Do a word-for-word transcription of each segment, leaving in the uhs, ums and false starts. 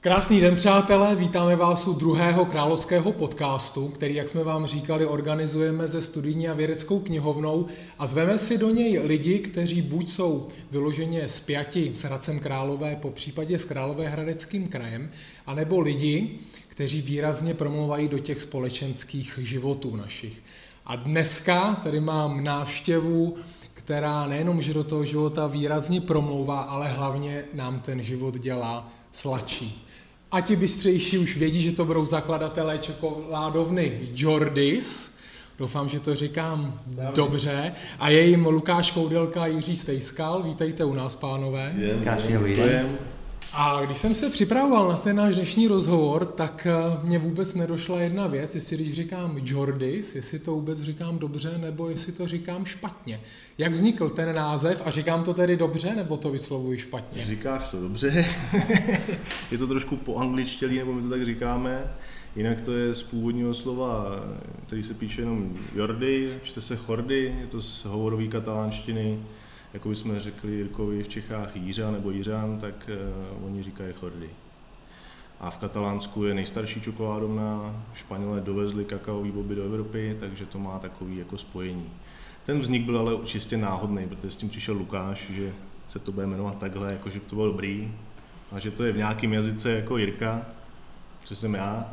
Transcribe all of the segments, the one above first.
Krásný den, přátelé, vítáme vás u druhého královského podcastu, který, jak jsme vám říkali, organizujeme se studijní a vědeckou knihovnou a zveme si do něj lidi, kteří buď jsou vyloženě spjati s Hradcem Králové, po případě s Královéhradeckým krajem, anebo lidi, kteří výrazně promluvají do těch společenských životů našich. A dneska tady mám návštěvu, která nejenom, že do toho života výrazně promlouvá, ale hlavně nám ten život dělá sladší. A ti bystřejší už vědí, že to budou zakladatelé čokoládovny Jordis. Doufám, že to říkám Dáme. dobře. A je jim Lukáš Koudelka a Jiří Stejskal. Vítejte u nás, pánové. Krásný dobrý den. A když jsem se připravoval na ten náš dnešní rozhovor, tak mě vůbec nedošla jedna věc, jestli když říkám Jordis, jestli to vůbec říkám dobře, nebo jestli to říkám špatně. Jak vznikl ten název a říkám to tedy dobře, nebo to vyslovuji špatně? Říkáš to dobře, je to trošku poangličtělý, nebo my to tak říkáme. Jinak to je z původního slova, který se píše jenom Jordi, čte se Chordy, je to z hovorové katalánštiny. Jako bychom řekli Jirkovi v Čechách Jířa nebo Jířan, tak uh, oni říkají Chordy. A v Katalánsku je nejstarší čokoládovna, Španělé dovezli kakaový boby do Evropy, takže to má takový jako spojení. Ten vznik byl ale čistě náhodný, protože s tím přišel Lukáš, že se to bude jmenovat takhle, jako že to bylo dobrý a že to je v nějakém jazyce jako Jirka, což jsem já.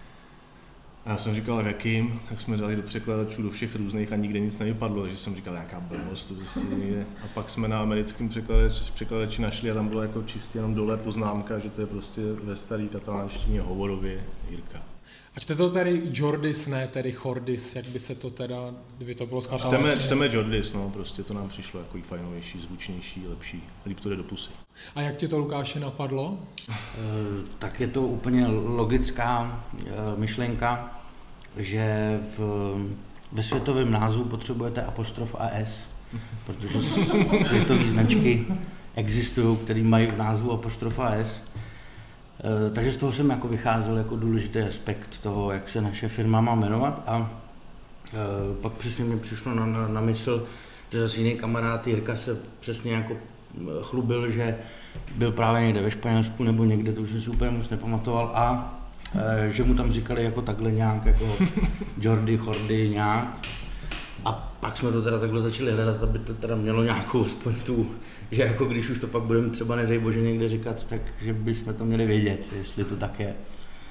A já jsem říkal, v jakým, tak jsme dali do překladačů do všech různých a nikde nic nevypadlo, takže jsem říkal, nějaká blbost, to prostě nejde. A pak jsme na americkém překladači, překladači našli a tam bylo jako čistě jenom dole poznámka, že to je prostě ve staré katalánštině hovorově Jirka. A čte to tedy Jordis, ne tedy Chordis, jak by se to teda, kdyby to bylo z katalánštiny? Čteme, čteme Jordis, no, prostě to nám přišlo jako fajnovější, zvučnější, lepší, líp to jde do pusy. A jak ti to, Lukáši, napadlo? E, tak je to úplně logická e, myšlenka, že v, ve světovém názvu potřebujete apostrof a s, protože světové značky existují, které mají v názvu apostrof a s. E, takže z toho jsem jako vycházel jako důležitý aspekt toho, jak se naše firma má jmenovat a e, pak přesně mi přišlo na, na, na mysl, že zase jiný kamarád Jirka se přesně jako chlubil, že byl právě někde ve Španělsku nebo někde, to už jsem si úplně moc nepamatoval a e, že mu tam říkali jako takhle nějak, jako Jordi, Chordy nějak. A pak jsme to teda takhle začali hledat, aby to teda mělo nějakou aspoň tu, že jako když už to pak budeme třeba nedej bože někde říkat, tak že bychom to měli vědět, jestli to tak je.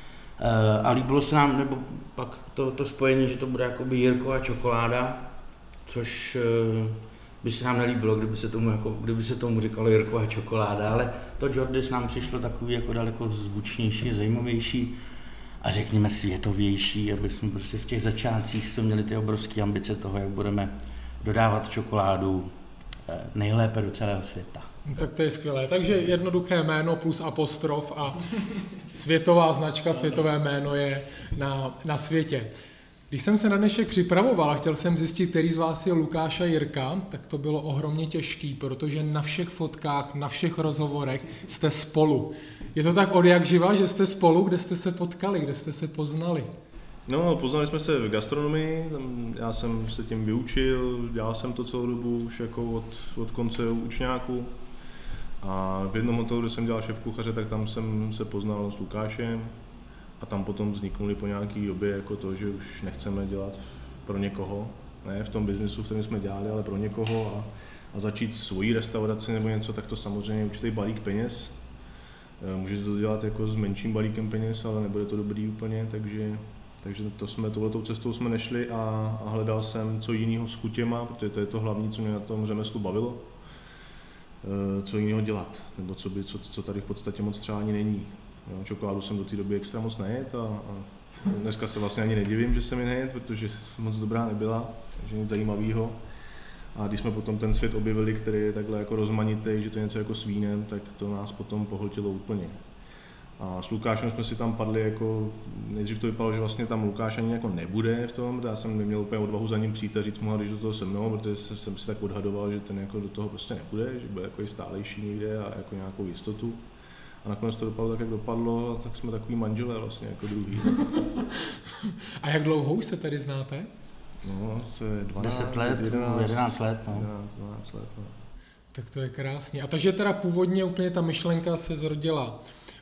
E, a líbilo se nám, nebo pak to, to spojení, že to bude jakoby Jirko a čokoláda, což e, by se nám nelíbilo, kdyby se tomu, jako, kdyby se tomu říkalo Jirko a čokoláda, ale to Jordis nám přišlo takový jako daleko zvučnější, zajímavější a řekněme světovější, aby jsme prostě v těch začátcích jsme měli ty obrovské ambice toho, jak budeme dodávat čokoládu nejlépe do celého světa. Tak to je skvělé. Takže jednoduché jméno plus apostrof a světová značka, světové jméno je na, na světě. Když jsem se na dnešek připravoval a chtěl jsem zjistit, který z vás je Lukáš a Jirka, tak to bylo ohromně těžký, protože na všech fotkách, na všech rozhovorech jste spolu. Je to tak od jak živa, že jste spolu, kde jste se potkali, kde jste se poznali? No, poznali jsme se v gastronomii, já jsem se tím vyučil, dělal jsem to celou dobu už jako od, od konce učňáku. A v jednom hotelu, kde jsem dělal šéf kuchaře, tak tam jsem se poznal s Lukášem. A tam potom vzniknuli po nějaký době jako to, že už nechceme dělat pro někoho, ne v tom biznesu, v kterém jsme dělali, ale pro někoho a, a začít svoji restauraci nebo něco, tak to samozřejmě určitý balík peněz. Můžete to dělat jako s menším balíkem peněz, ale nebude to dobrý úplně, takže, takže to jsme, touhletou cestou jsme nešli a, a hledal jsem co jiného s chutěma, protože to je to hlavní, co mě na tom řemeslu bavilo, co jiného dělat, nebo co, by, co, co tady v podstatě moc třeba ani není. Jo, čokoládu jsem do té doby extra moc nejet a, a dneska se vlastně ani nedivím, že jsem ji nejet, protože moc dobrá nebyla, takže nic zajímavého. A když jsme potom ten svět objevili, který je takhle jako rozmanitý, že to je něco jako s vínem, tak to nás potom pohltilo úplně. A s Lukášem jsme si tam padli jako, nejdřív to vypadalo, že vlastně tam Lukáš ani jako nebude v tom, já jsem neměl úplně odvahu za ním přijít a říct mu, když do toho se mnou, protože jsem si tak odhadoval, že ten jako do toho prostě nebude, že bude jako stálejší někde a jako nějakou jistotu. A nakonec to dopadlo tak, jak dopadlo, tak jsme takový manželé vlastně jako druhý. A jak dlouho už se tady znáte? No, to je dvanáct, deset let, jedenáct let, no. jedenáct, dvanáct let, no. Tak to je krásně. A takže teda původně úplně ta myšlenka se zrodila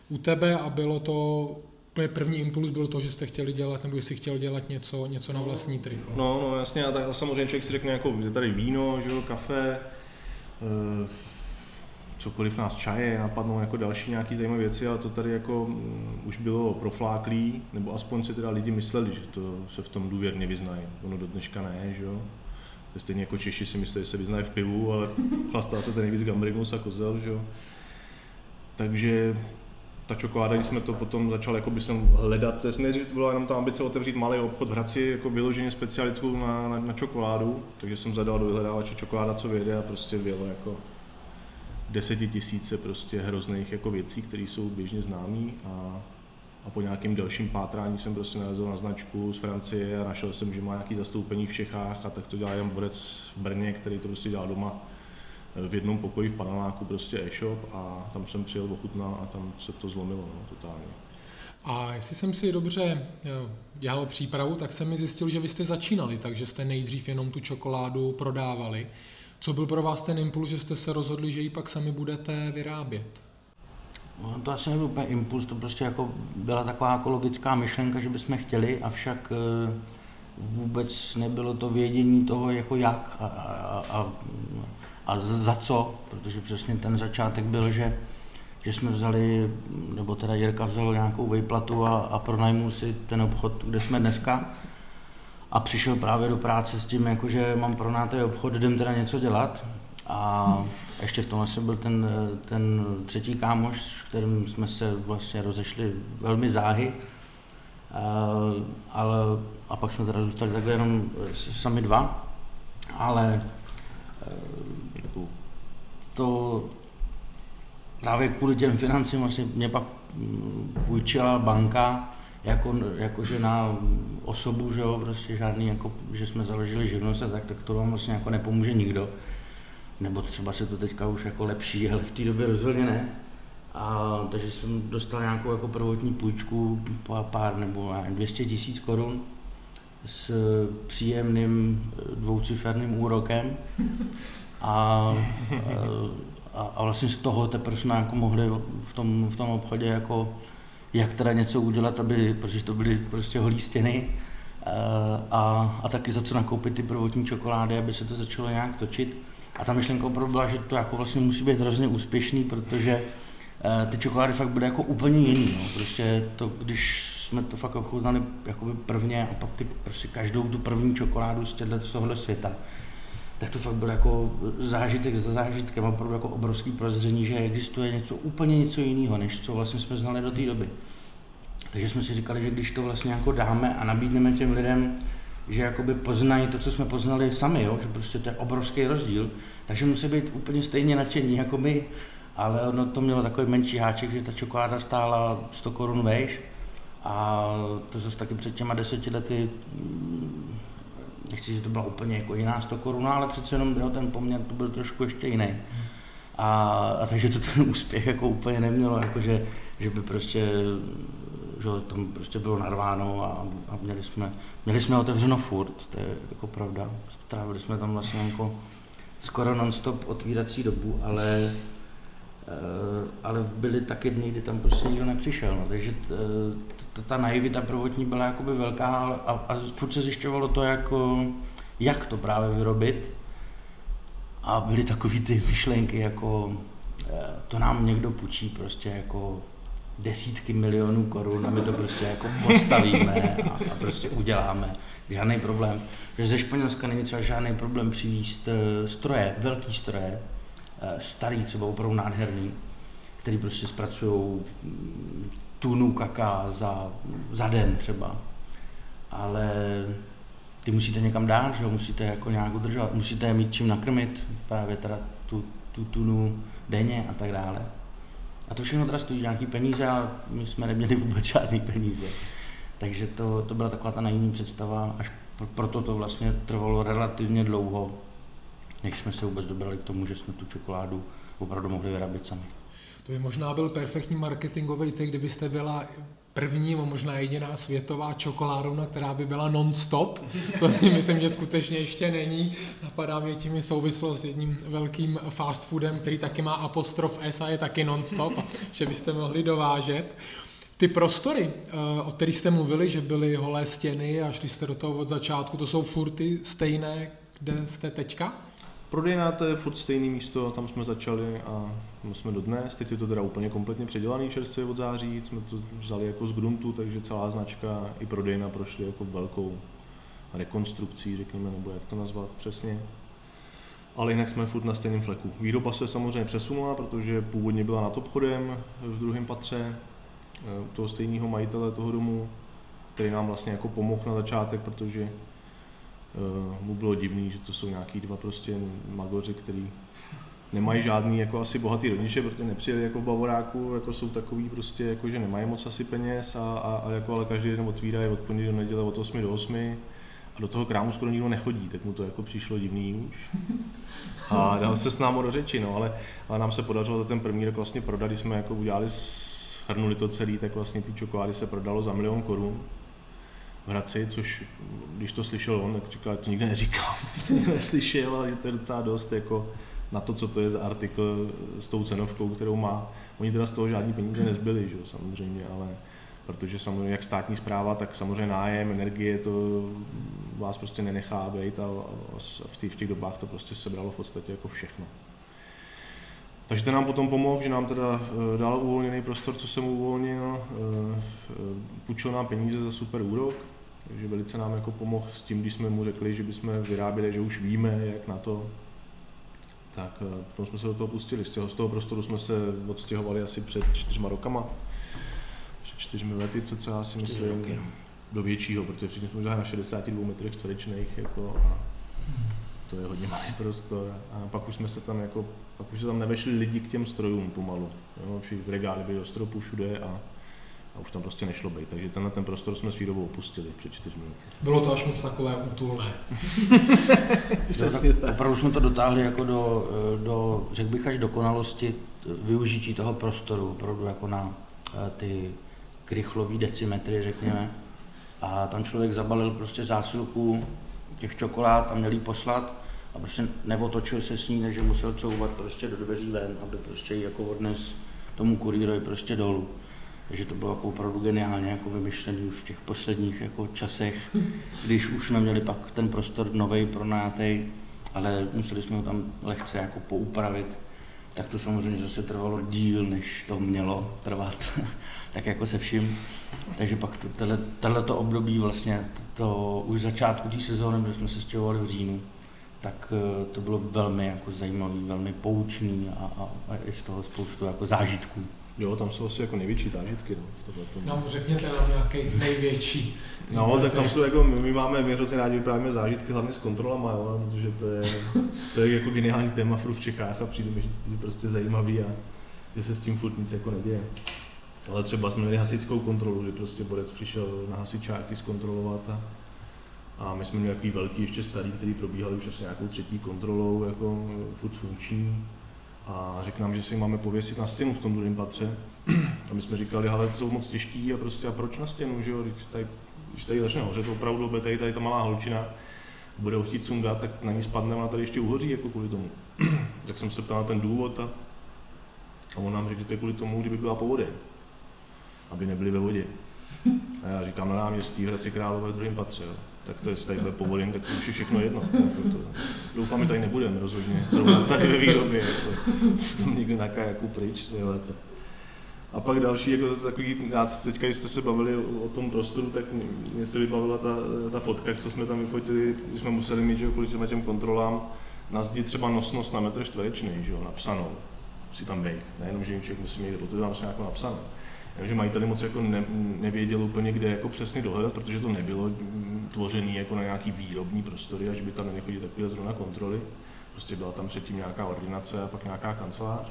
u tebe a bylo to úplně první impuls byl to, že jste chtěli dělat, nebo jestli chtěl dělat něco, něco na vlastní triko. No, no jasně, a, tak, a samozřejmě člověk si řekne, jako je tady víno, že jo, kafe, e, cokoliv nás čaje, napadnou jako další nějaký zajímavé věci, ale to tady jako um, už bylo profláklý, nebo aspoň si teda lidi mysleli, že to se v tom důvěrně vyznají. Ono do dneška ne, že jo. To je stejně jako Češi si myslí, že se vyznají v pivu, ale chlastá se ten nejvíc gambrinus a kozel, že jo. Takže ta čokoláda, když jsme to potom začali jako by jsem hledat, to je nejdřív to byla jenom ta ambice otevřít malý obchod v Hradci, jako vyloženě specialitku na, na, na čokoládu, takže jsem zadal do vyhledávače čokoláda, co vyjede a prostě vyjelo jako desetitisíce prostě hrozných jako věcí, které jsou běžně známý a, a po nějakým delším pátrání jsem prostě nalezl na značku z Francie a našel jsem, že má nějaké zastoupení v Čechách a tak to dělá jen borec v Brně, který to prostě dělal doma v jednom pokoji v paneláku, prostě e-shop a tam jsem přijel, ochutnal a tam se to zlomilo, no, totálně. A jestli jsem si dobře dělal přípravu, tak jsem mi zjistil, že vy jste začínali, takže jste nejdřív jenom tu čokoládu prodávali. Co byl pro vás ten impuls, že jste se rozhodli, že ji pak sami budete vyrábět? No, to asi nebyl úplně impuls, to prostě jako byla taková jako logická myšlenka, že bychom chtěli, avšak vůbec nebylo to vědění toho, jako jak a, a, a, a za co, protože přesně ten začátek byl, že, že jsme vzali, nebo teda Jirka vzal nějakou vejplatu a, a pronajmul si ten obchod, kde jsme dneska. A přišel právě do práce s tím, jako, že mám pronátý obchod, jdem teda něco dělat. A ještě v tom asi byl ten, ten třetí kámoš, s kterým jsme se vlastně rozešli velmi záhy. A, ale, a pak jsme teda zůstali takhle jenom sami dva. Ale to právě kvůli těm financím asi mě pak půjčila banka, Jako, jakože na osobu, že jo, prostě žádný, jako, že jsme založili živnost a tak, tak to vám vlastně jako nepomůže nikdo. Nebo třeba se to teďka už jako lepší, ale v té době rozhodně ne. A, takže jsem dostal nějakou jako prvotní půjčku, pár nebo dvě stě tisíc korun s příjemným dvouciferným úrokem. A, a, a vlastně z toho teprve jsme jako mohli v tom, v tom obchodě jako jak teda něco udělat, aby, protože to byly prostě holý stěny a, a taky za co nakoupit ty prvotní čokolády, aby se to začalo nějak točit. A ta myšlenka opravdu byla, že to jako vlastně musí být hrozně úspěšný, protože ty čokolády fakt byly jako úplně jiný. No. Prostě to, když jsme to fakt ochutnali jakoby prvně a pak ty, prostě každou tu první čokoládu z, těhle, z tohohle světa, tak to fakt byl jako zážitek za zážitkem, opravdu jako obrovský prozření, že existuje něco úplně něco jiného, než co vlastně jsme znali do té doby. Takže jsme si říkali, že když to vlastně jako dáme a nabídneme těm lidem, že jakoby poznají to, co jsme poznali sami, jo? Že prostě to je obrovský rozdíl, takže musí být úplně stejně nadšení jako my, ale ono to mělo takový menší háček, že ta čokoláda stála sto korun vejš a to zase taky před těma deseti lety, nechci, že to byla úplně jako jiná sto korun, ale přece jenom jo, ten poměr to byl trošku ještě jiný. A, a takže to ten úspěch jako úplně nemělo, jako že, že by prostě, že tam prostě bylo narváno a, a měli jsme, měli jsme otevřeno furt, to je jako pravda. Trávili jsme tam vlastně jako skoro non-stop otvírací dobu, ale, ale byly taky dny, kdy tam prostě nikdo nepřišel, no, takže t, ta naivita prvotní byla jakoby velká a, a furt se zjišťovalo to, jako, jak to právě vyrobit. A byly takový ty myšlenky, jako to nám někdo půjčí prostě jako desítky milionů korun a my to prostě jako postavíme a, a prostě uděláme. Žádný problém. Že ze Španělska není třeba žádný problém přivízt stroje, velký stroje, starý, třeba opravdu nádherný, který prostě zpracují tunu kaká za, za den třeba. Ale ty musíte někam dát, že jo? Musíte jako nějak udržovat, musíte je mít čím nakrmit, právě teda tu, tu tunu denně a tak dále. A to všechno teda stojí nějaký peníze a my jsme neměli vůbec žádný peníze. Takže to, to byla taková ta naivní představa, až proto to vlastně trvalo relativně dlouho, než jsme se vůbec dobrali k tomu, že jsme tu čokoládu opravdu mohli vyrábět sami. To by možná byl perfektní marketingový trik, kdybyste byla první, možná jediná světová čokoládovna, která by byla non-stop. To si myslím, že skutečně ještě není. Napadá mě tím souvislost s jedním velkým fast foodem, který taky má apostrof S a je taky non-stop, a že byste mohli dovážet. Ty prostory, o kterých jste mluvili, že byly holé stěny a šli jste do toho od začátku, to jsou furt ty stejné, kde jste teďka? Prodejná, to je furt stejné místo, tam jsme začali a tam jsme dodnes. Teď je to teda úplně kompletně předělaný čerstvě od září, jsme to vzali jako z gruntu, takže celá značka i prodejna prošly jako velkou rekonstrukcí, řekněme, nebo jak to nazvat přesně. Ale jinak jsme furt na stejném fleku. Výroba se samozřejmě přesunula, protože původně byla nad obchodem v druhém patře u toho stejného majitele toho domu, který nám vlastně jako pomohl na začátek, protože uh, mu bylo divný, že to jsou nějaký dva prostě magoři, který nemají žádný jako asi bohatý rodiče, protože nepřijeli jako v Bavoráku, jako jsou takový prostě, jako že nemají moc asi peněz a, a, a jako ale každý den otvírají od pondělí do neděle od osmi do osmi a do toho krámu skoro nikdo nechodí, tak mu to jako přišlo divný už. A dal se s námi do řeči, no, ale, ale nám se podařilo za ten první rok vlastně prodat, když jsme jako udělali, shrnuli to celý, tak vlastně ty čokolády se prodalo za milion korun v Hradci, což když to slyšel on, tak říkal, to nikdy neříkal, nikdo neslyšel, ale že to je docela dost jako na to, co to je za artikl s tou cenovkou, kterou má. Oni teda z toho žádný peníze nezbyli, že? Samozřejmě, ale protože samozřejmě jak státní správa, tak samozřejmě nájem, energie, to vás prostě nenechá být a v těch, v těch dobách to prostě sebralo v podstatě jako všechno. Takže to nám potom pomohl, že nám teda dal uvolněný prostor, co jsem uvolnil, půjčil nám peníze za super úrok, takže velice nám jako pomohl s tím, když jsme mu řekli, že bychom vyráběli, že už víme, jak na to. Tak potom jsme se do toho pustili. Z toho, z toho prostoru jsme se odstěhovali asi před čtyřma rokama. Před čtyřmi lety, co třeba si myslím, roky, no. Do většího, protože všichni jsme dělali na šedesáti dvou metrech čtverečných jako, a to je hodně malý prostor. A pak už jsme se tam jako, pak už se tam nevešli lidi k těm strojům pomalu. Jo, všichni regály byly do stropu všude a a už tam prostě nešlo být, takže tenhle ten prostor jsme s výrobou opustili před čtyřmi lety. Bylo to až moc takové útulné. Přesně tak. Opravdu jsme to dotáhli jako do, do, řekl bych až dokonalosti využití toho prostoru, opravdu jako na ty krychlový decimetry, řekněme. A tam člověk zabalil prostě zásilku těch čokolád a měl jí poslat a prostě neotočil se s ní, takže musel couvat prostě do dveří ven, aby prostě ji jako odnes tomu kurýrovi prostě dolů. Takže to bylo jako opravdu geniálně jako vymyšlený už v těch posledních jako časech, když už jsme měli pak ten prostor novej pronajatý, ale museli jsme ho tam lehce jako poupravit, tak to samozřejmě zase trvalo díl, než to mělo trvat, tak jako se vším. Takže pak to, tohle, tohleto období vlastně, to, to už začátku té sezóny, kdy jsme se stěhovali v říjnu, tak to bylo velmi jako zajímavý, velmi poučný a, a, a i z toho spoustu jako zážitků. Jo, tam jsou asi jako největší zážitky. No, no řekněte nám nějaký největší. No, tak tam jsou jako, my máme, my hrozně rádi vyprávíme zážitky, hlavně s kontrolama, jo, protože to je, to je jako geniální téma furt v Čechách a přijde mi, že je prostě zajímavý a že se s tím furt nic jako neděje. Ale třeba jsme měli hasičskou kontrolu, kdy prostě borec přišel na hasičáky zkontrolovat a, a my jsme měli takový velký, ještě starý, který probíhal už asi nějakou třetí kontrolou, jako furt funkční. A řekl nám, že si máme pověsit na stěnu v tom druhém patře. A my jsme říkali, ale to jsou moc těžký a prostě a proč na stěnu, že jo, když tady, když tady začne hořet, opravdu bude tady, tady ta malá holčina, bude ho chtít sundat, tak na ní spadne a ona tady ještě uhoří jako kvůli tomu. Tak jsem se ptal na ten důvod a, a on nám řekl, že to je kvůli tomu, kdyby byla povodeň, aby nebyly ve vodě. A já říkám, na náměstí v Hradci Králové v druhém patře, jo. Tak to jestli tady bude povodeň, tak to už je všechno jedno. Jako to, doufám, že tady nebudeme rozhodně, zrovna tady ve výrobě, jako, tam někde na kajaku pryč, to je lépe. A pak další, jako takový, já teďka, když jste se bavili o, o tom prostoru, tak mě se vybavila ta, ta fotka, co jsme tam vyfotili, když jsme museli mít, že kvůli těm kontrolám, na zdi třeba nosnost na metr čtverečný, že jo, napsanou, musí tam být, nejenom, že jim člověk musí mít, protože tam se nějakou napsanou. Takže majitel moc jako ne, nevěděl úplně, kde jako přesně dohledat, protože to nebylo tvořené jako na nějaký výrobní prostory, až by tam nechodí takové zrovna kontroly. Prostě byla tam předtím nějaká ordinace a pak nějaká kancelář.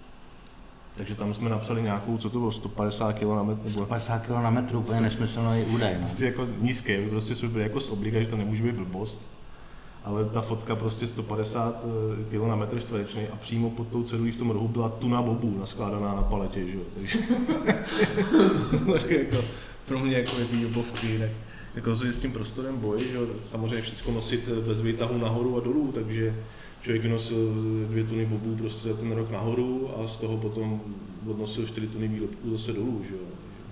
Takže tam jsme napsali nějakou, co to bylo, sto padesát kilo na metr? sto padesát kilo na metr, úplně nesmyslný údaj. No. Prostě jako nízké, prostě jsme byli jako z obliga, že to nemůže být blbost. ale ta fotka prostě sto padesát kilo na metr čtverečný a přímo pod tou cedulí v tom rohu byla tuna bobů naskládaná na paletě, že jo, takže jako, pro mě jako jaký obovky, ne? Jako s tím prostorem boj, že jo, samozřejmě všechno nosit bez výtahu nahoru a dolů, takže člověk nosil dvě tuny bobů prostě za ten rok nahoru a z toho potom odnosil čtyři tuny výrobků zase dolů, že jo.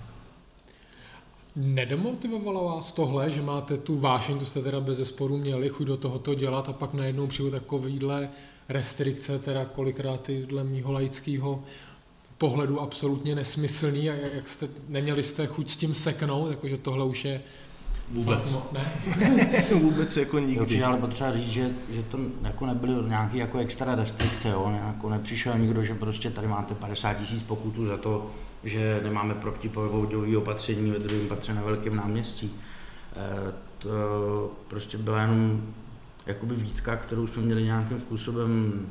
Nedemotivovalo vás tohle, že máte tu vášeň, tu jste teda bezesporu měli, chuť do tohoto dělat a pak najednou přijdu takovýhle restrikce, teda kolikrát dle mýho laického pohledu absolutně nesmyslný a jak jste, neměli jste chuť s tím seknout, jakože tohle už je vůbec. No, ne? Vůbec jako nikdy. Určitě, ale potřeba říct, že, že to jako nebyly nějaké jako extra restrikce, jo? Ne, jako nepřišel nikdo, že prostě tady máte padesát tisíc pokutů za to, že nemáme protipovodňové opatření ve druhém patře na Velkém náměstí. E, to prostě byla jenom jakoby výtka, kterou jsme měli nějakým způsobem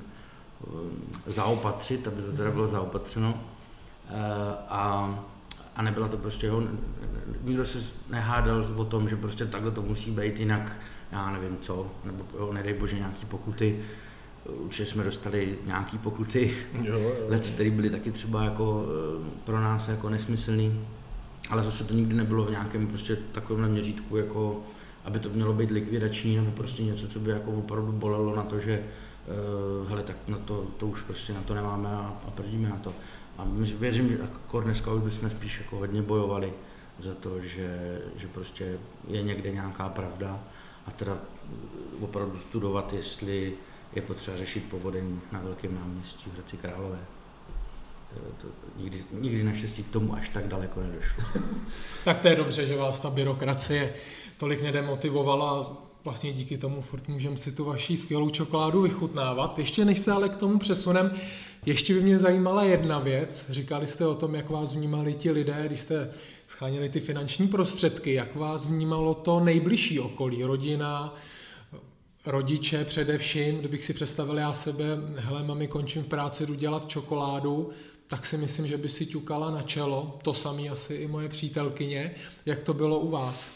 zaopatřit, aby to teda bylo zaopatřeno. E, a, a nebyla to prostě, jo, nikdo se nehádal o tom, že prostě takhle to musí být, jinak já nevím co, nebo jo, nedej bože nějaký pokuty. Určitě jsme dostali nějaký pokuty, jo, jo. let, které byly taky třeba jako pro nás jako nesmyslný, ale zase to nikdy nebylo v nějakém prostě takovém měřítku, jako aby to mělo být likvidační nebo prostě něco, co by jako opravdu bolelo na to, že uh, hele, tak na to, to už prostě na to nemáme a, a prdíme na to. A my, věřím, že jako dneska už bychom spíš jako hodně bojovali za to, že, že prostě je někde nějaká pravda a teda opravdu studovat, jestli je potřeba řešit povodeň na Velkém náměstí v Hradci Králové. To, to, nikdy, nikdy naštěstí k tomu až tak daleko nedošlo. Tak to je dobře, že vás ta byrokracie tolik nedemotivovala. Vlastně díky tomu furt můžeme si tu vaši skvělou čokoládu vychutnávat. Ještě než se ale k tomu přesunem, ještě by mě zajímala jedna věc. Říkali jste o tom, jak vás vnímali ti lidé, když jste scháněli ty finanční prostředky, jak vás vnímalo to nejbližší okolí, rodina, rodiče především. Kdybych si představil já sebe, hele mami, končím v práci, jdu dělat čokoládu, tak si myslím, že by si ťukala na čelo. To samé asi i moje přítelkyně. Jak to bylo u vás?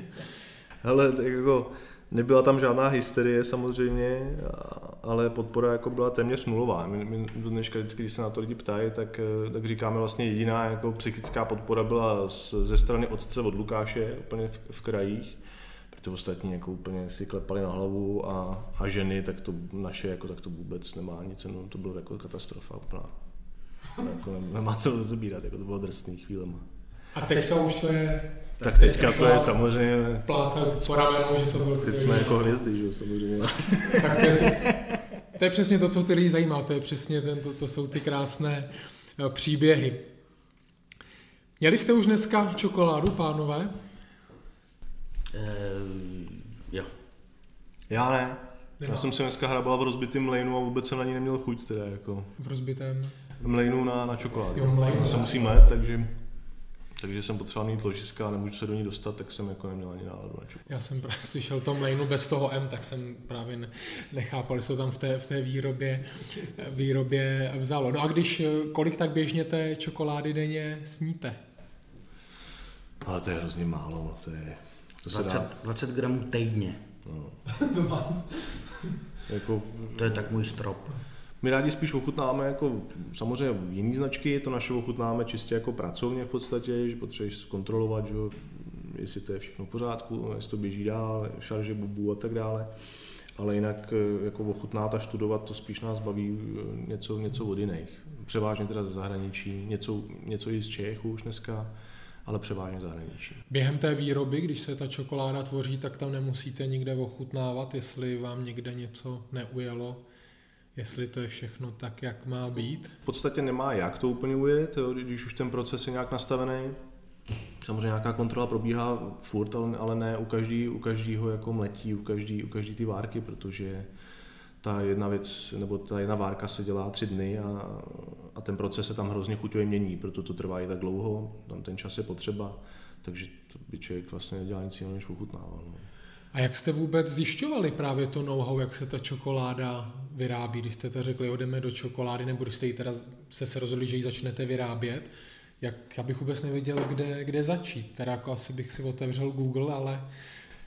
Hele, tak jako nebyla tam žádná hysterie samozřejmě, ale podpora jako byla téměř nulová. My, my do dneška vždycky, když se na to lidi ptají, tak, tak říkáme vlastně jediná jako psychická podpora byla z, ze strany otce od Lukáše, úplně v, v krajích. Protože ostatní jako úplně si klepali na hlavu a, a ženy, tak to naše jako tak to vůbec nemá nic, no, to bylo jako katastrofa úplná. Jako nemá co rozebírat, jako to bylo drsný chvílema. A teďka už to je... Tak teďka to je samozřejmě... Plácat po ramenou, že to bylo... Teď jsme jako hvězdy, že samozřejmě. Tak to je, to je přesně to, co ty lidi zajímá, to je přesně ten, to, to jsou ty krásné příběhy. Měli jste už dneska čokoládu, pánové? Uh, jo. Já ne. Nemá. Já jsem si dneska hrabal v rozbitém mlejnu a vůbec jsem na ní neměl chuť teda jako. V rozbitém? Mlejnu na, na čokoládu. Jo, mlejnu. Já se musím mlet, takže, takže jsem potřeboval mít ložiska a nemůžu se do ní dostat, tak jsem jako neměl ani náladu na čokoládu. Já jsem právě slyšel to mlejnu bez toho M, tak jsem právě nechápal, že se to tam v té, v té výrobě, výrobě vzalo. No a když, kolik tak běžně té čokolády denně sníte? Ale to je hrozně málo, to je... To se dvacet, dá... dvacet gramů týdně. No. To mám. Jako, to je tak můj strop. My rádi spíš ochutnáme jako samozřejmě jiný značky, to naše ochutnáme čistě jako pracovně v podstatě, že potřebuješ zkontrolovat, že, jestli to je všechno v pořádku, jestli to běží dál, šarže bubů a tak dále. Ale jinak jako ochutnát a studovat, to spíš nás baví něco, něco od jiných. Převážně teda ze zahraničí, něco, něco i z Čech už dneska, ale převážně zahraničí. Během té výroby, když se ta čokoláda tvoří, tak tam nemusíte nikde ochutnávat, jestli vám někde něco neujelo, jestli to je všechno tak, jak má být. V podstatě nemá jak to úplně ujet, jo, když už ten proces je nějak nastavený. Samozřejmě nějaká kontrola probíhá furt, ale ne u každý, u každého jako mletí, u každý, u každý ty várky, protože ta jedna věc, nebo ta jedna várka se dělá tři dny a, a ten proces se tam hrozně chuťově mění, proto to trvá i tak dlouho, tam ten čas je potřeba, takže to by člověk vlastně nedělal nic jiného, než ochutnával. No. A jak jste vůbec zjišťovali právě to know-how, jak se ta čokoláda vyrábí, když jste to řekli, jdeme do čokolády, nebo když jste ji teda jste se rozhodli, že ji začnete vyrábět, jak já bych vůbec nevěděl, kde, kde začít. Teda jako asi bych si otevřel Google, ale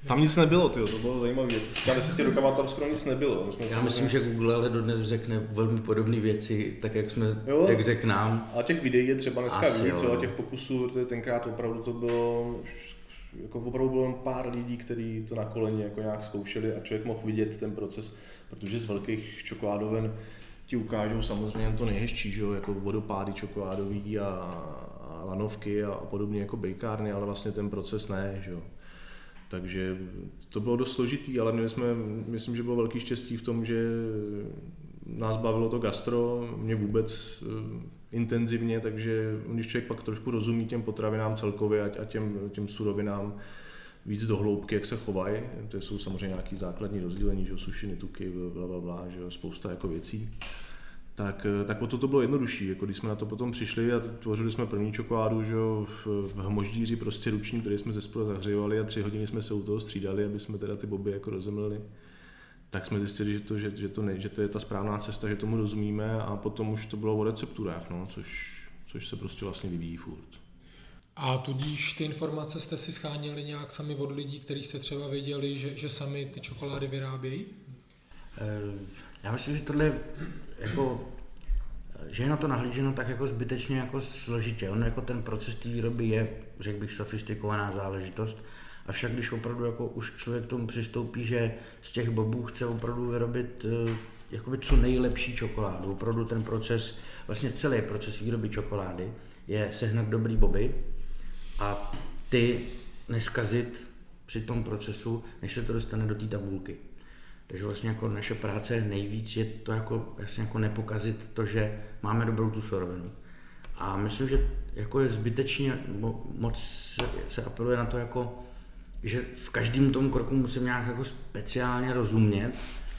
Tam nic nebylo, tyjo, to bylo zajímavé. Před deseti rokama tam skoro nic nebylo. My jsme Já myslím, že Google ale dodnes řekne velmi podobné věci, tak jak jsme, jo, jak řekl nám. A těch videí je třeba dneska Asi, víc, jo. a těch pokusů, tenkrát opravdu to bylo, jako opravdu bylo pár lidí, kteří to na koleni jako nějak zkoušeli a člověk mohl vidět ten proces, protože z velkých čokoládoven ti ukážou samozřejmě to nejhezčí, že jo, jako vodopády čokoládový a, a lanovky a, a podobně jako bejkárny, ale vlastně ten proces ne, že jo. Takže to bylo dost složitý, ale měli jsme, myslím, že bylo velký štěstí v tom, že nás bavilo to gastro, mě vůbec uh, intenzivně, takže když člověk pak trošku rozumí těm potravinám celkově a těm, těm surovinám víc do hloubky, jak se chovají, to jsou samozřejmě nějaký základní rozdělení, že sušiny, tuky, blablabla, že spousta jako věcí. Tak, tak o to to bylo jednodušší, jako když jsme na to potom přišli a tvořili jsme první čokoládu, že v, v hmoždíři prostě ruční, který jsme ze spoda zahřívali a tři hodiny jsme se u toho střídali, aby jsme teda ty boby jako rozemlili. Tak jsme zjistili, že to, že, že, to ne, že to je ta správná cesta, že tomu rozumíme a potom už to bylo o recepturách, no, což, což se prostě vlastně vyvíjí furt. A tudíž ty informace jste si scháněli nějak sami od lidí, kteří jste třeba věděli, že, že sami ty čokolády vyrábějí? Já myslím, že tohle jako, že je na to nahlíženo tak jako zbytečně jako složitě. On jako ten proces té výroby je, řekl bych, sofistikovaná záležitost. Avšak když opravdu jako už člověk k tomu přistoupí, že z těch bobů chce opravdu vyrobit jakoby co nejlepší čokoládu, opravdu ten proces, vlastně celý proces výroby čokolády je sehnat dobrý boby a ty neskazit při tom procesu, než se to dostane do té tabulky. Takže vlastně jako naše práce nejvíc je to jako, vlastně jako nepokazit to, že máme dobrou tu surovinu. A myslím, že jako je zbytečně moc se, se apeluje na to, jako, že v každém tom kroku musím nějak jako speciálně rozumět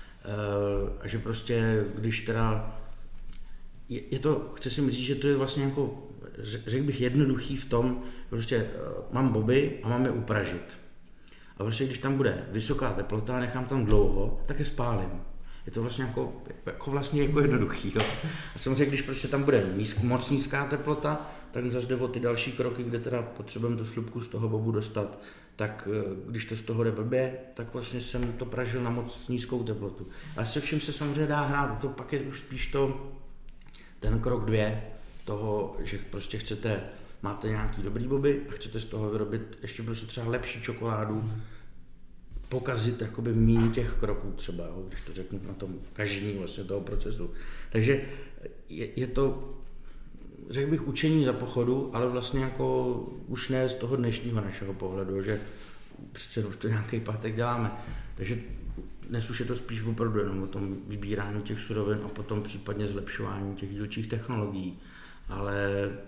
a že prostě když teda je, je to, chci si říct, že to je vlastně jako, řekl bych, jednoduchý v tom, že prostě mám boby a mám je upražit. A prostě když tam bude vysoká teplota a nechám tam dlouho, tak je spálím. Je to vlastně jako, jako vlastně jako jednoduchý. Jo. A samozřejmě, když prostě tam bude nízk, moc nízká teplota, tak zase jde o ty další kroky, kde teda potřebujeme tu slupku z toho bobu dostat. Tak když to z toho jde blbě, tak vlastně jsem to pražil na moc nízkou teplotu. A se vším se samozřejmě dá hrát, to pak je už spíš to, ten krok dvě toho, že prostě chcete, máte nějaký dobrý boby a chcete z toho vyrobit ještě prostě třeba lepší čokoládu, pokazit jakoby míň těch kroků třeba, jo, když to řeknu na tom kažení vlastně toho procesu. Takže je, je to, řekl bych, učení za pochodu, ale vlastně jako už ne z toho dnešního našeho pohledu, že přece už to nějaký pátek děláme. Takže dnes už je to spíš opravdu jenom o tom vybírání těch surovin a potom případně zlepšování těch dílčích technologií. Ale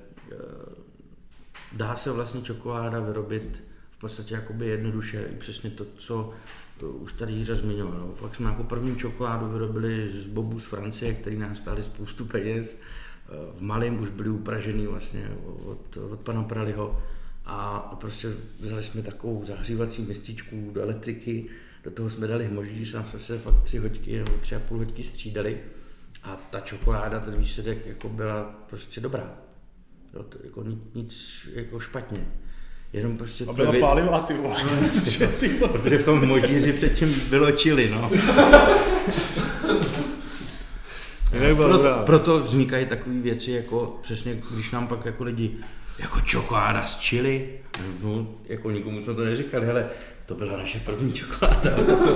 dá se vlastně čokoláda vyrobit v podstatě jakoby jednoduše, i přesně to, co už tady Jiřa zmiňoval. Fakt jsme jako první čokoládu vyrobili z bobů z Francie, který nás stály spoustu peněz. V malém už byli upražený vlastně od, od pana Praliho a prostě vzali jsme takovou zahřívací mističku do elektriky, do toho jsme dali hmoždíř a jsme se fakt tři hoďky nebo tři a půl hoďky střídali a ta čokoláda, ten výsledek jako byla prostě dobrá. Jo, to jako nic, nic jako špatně. Jenom prostě a byla vy... pálivá, ty vole. No, protože v tom hmoždíři předtím bylo chili, no. proto, proto vznikají takové věci, jako přesně, když nám pak jako lidi, jako čokoláda z chili, no, jako nikomu jsme to neříkali, hele, to byla naše první čokoláda.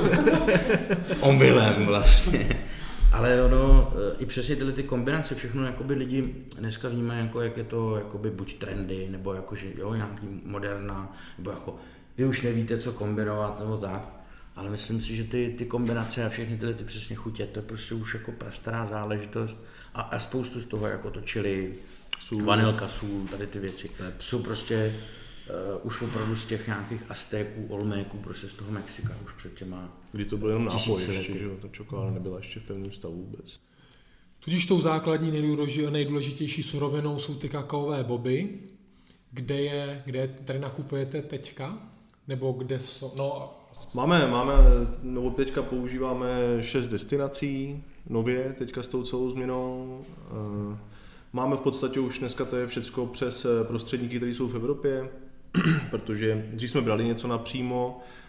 Omylem vlastně. Ale ono, i přesně tyhle ty kombinace, všechno jakoby lidi dneska vnímají, jako, jak je to jakoby buď trendy, nebo jako, že jo, nějaký moderná, nebo jako vy už nevíte, co kombinovat, nebo tak. Ale myslím si, že ty, ty kombinace a všechny tyhle ty přesně chutě, to je prostě už jako prastará záležitost a, a spoustu z toho, jako to chili, sůl, vanilka, sůl, tady ty věci, jsou prostě uh, už opravdu z těch nějakých Aztéků, Olméků, prostě z toho Mexika už před těma. Kdy to bylo jenom nápoj ještě, že jo, ta čokoláda nebyla ještě v pevném stavu vůbec. Tudíž tou základní nejdůležitější surovinou jsou ty kakaové boby, kde je, kde tady nakupujete teďka, nebo kde jsou, no. Máme, máme, no teďka používáme šest destinací, nově, teďka s tou celou změnou. Máme v podstatě už dneska to je všecko přes prostředníky, které jsou v Evropě, protože dřív jsme brali něco napřímo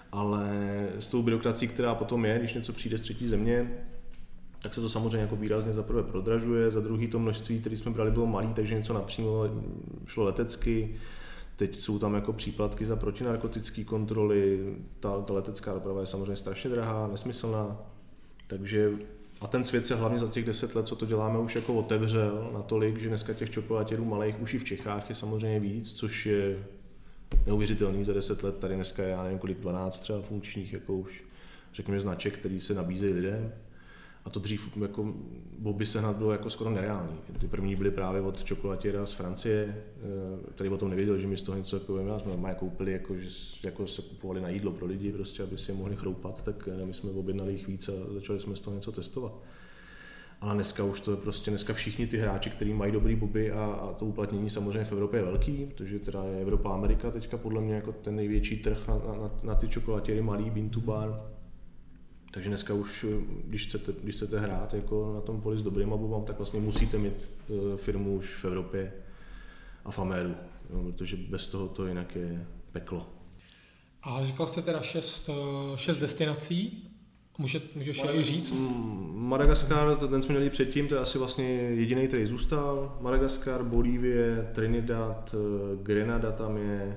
ale s tou byrokracií, která potom je, když něco přijde z třetí země, tak se to samozřejmě jako výrazně za prvé prodražuje, za druhý to množství, které jsme brali, bylo malé, takže něco napřímo šlo letecky. Teď jsou tam jako příplatky za protinarkotické kontroly, ta, ta letecká doprava je samozřejmě strašně drahá, nesmyslná, takže a ten svět se hlavně za těch deset let, co to děláme, už jako otevřel natolik, že dneska těch čokolátěrů malých už i v Čechách je samozřejmě víc, což je neuvěřitelný za deset let. Tady dneska je, já nevím kolik, dvanáct třeba funkčních, jako už řekněme značek, který se nabízejí lidem. A to dřív jako Bobby sehnat bylo jako skoro nereálný. Ty první byly právě od čokolátěra z Francie, který o tom nevěděl, že mi z toho něco takového měl. Jsme normálně koupili, jako, že jako se kupovali na jídlo pro lidi, prostě, aby si je mohli chroupat, tak my jsme objednali jich víc a začali jsme z toho něco testovat. Ale dneska už to je prostě, dneska všichni ty hráči, kteří mají dobrý Bobby a, a to uplatnění samozřejmě v Evropě je velký, protože teda je Evropa a Amerika teďka podle mě jako ten největší trh na, na, na ty čokolátěry malý, bean to bar. Takže dneska už, když chcete, když chcete hrát jako na tom poli s dobrýma bobama, tak vlastně musíte mít firmu už v Evropě a v Améru, no, protože bez toho to jinak je peklo. A říkal jste teda šest, šest destinací, Může, můžeš je i říct? Madagaskar, ten jsme měli předtím, to je asi vlastně jediný, který zůstal. Madagaskar, Bolívie, Trinidad, Grenada tam je,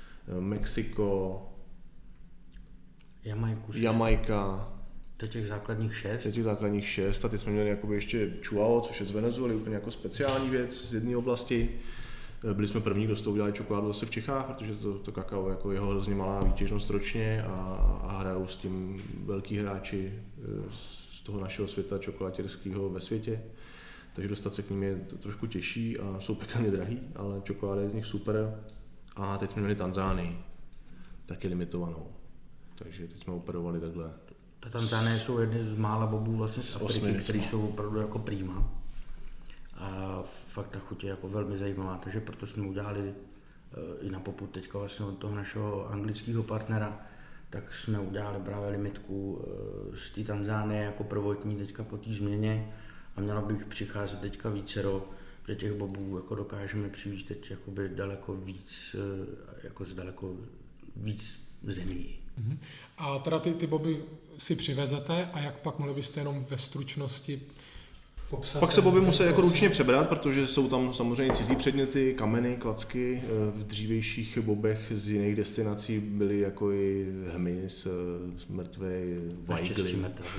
Mexiko, Jamajku, Jamajka. To těch základních šest. To těch základních šest a teď jsme měli jakoby ještě Chuao, což je z Venezuely, úplně jako speciální věc z jedné oblasti. Byli jsme první, kdo z toho udělali čokoládu zase v Čechách, protože to, to kakao jako jeho hrozně malá výtěžnost ročně a, a hrajou s tím velký hráči z toho našeho světa čokolátěrského ve světě. Takže dostat se k ním je to trošku těžší a jsou pekelně drahý, ale čokoláda je z nich super. A teď jsme měli Tanzánii, taky limitovanou. Takže teď jsme operovali takhle. Ta Tanzánie jsou jedny z mála bobů vlastně z Afriky, které jsou opravdu jako prima. A fakt ta chuť je jako velmi zajímavá, takže proto jsme udělali i na popud teďka vlastně od toho našeho anglického partnera, tak jsme udělali právě limitku z té Tanzánie jako prvotní teďka po té změně a měla bych přicházet teďka vícero, že těch bobů jako dokážeme přivést teď jakoby daleko víc, jako z daleko víc zemí. A teda ty, ty boby si přivezete a jak pak mohli byste jenom ve stručnosti popsat? Pak se boby musí jako ručně přebrat, protože jsou tam samozřejmě cizí předměty, kameny, klacky. V dřívějších bobech z jiných destinací byly jako i hmyz, mrtvej, vajgly.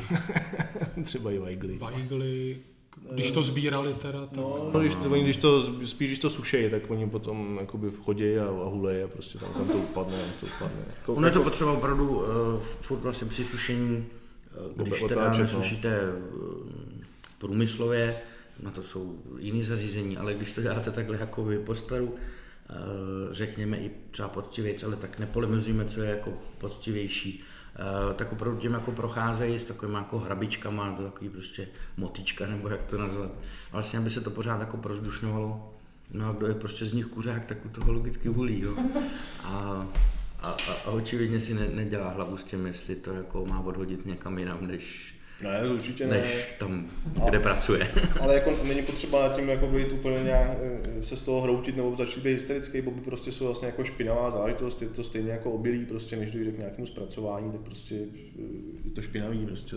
Třeba i vajgly. Vajgly. Když to sbírali teda, tak... No, no když, to, když to, spíš když to sušejí, tak oni potom jakoby chodí a, a hulejí a prostě tam, tam to upadne, to upadne. Jako, ono je to potřeba opravdu uh, furt vlastně při sušení, uh, když teda otáčet, nesušíte uh, průmyslově, na to jsou jiné zařízení, ale když to děláte takhle jako vy po staru, uh, řekněme i třeba poctivěc, ale tak nepolemizujeme, co je jako poctivější. Uh, tak opravdu tím jako procházejí s takovými jako hrabičkama, to takový prostě motička, nebo jak to nazvat. Vlastně, aby se to pořád jako prozdušňovalo. No a kdo je prostě z nich kuřák, tak u toho logicky hulí, jo. A, a, a, a očividně si ne, nedělá hlavu s tím, jestli to jako má odhodit někam jinam, než, ne, určitě než ne. tam, kde a, pracuje. Ale jako není potřeba tím jako být úplně nějak se z toho hroutit nebo začít být hysterický, boby prostě jsou vlastně jako špinavá záležitost, je to stejně jako obilí, prostě než dojde k nějakému zpracování, tak prostě je to špinavý prostě.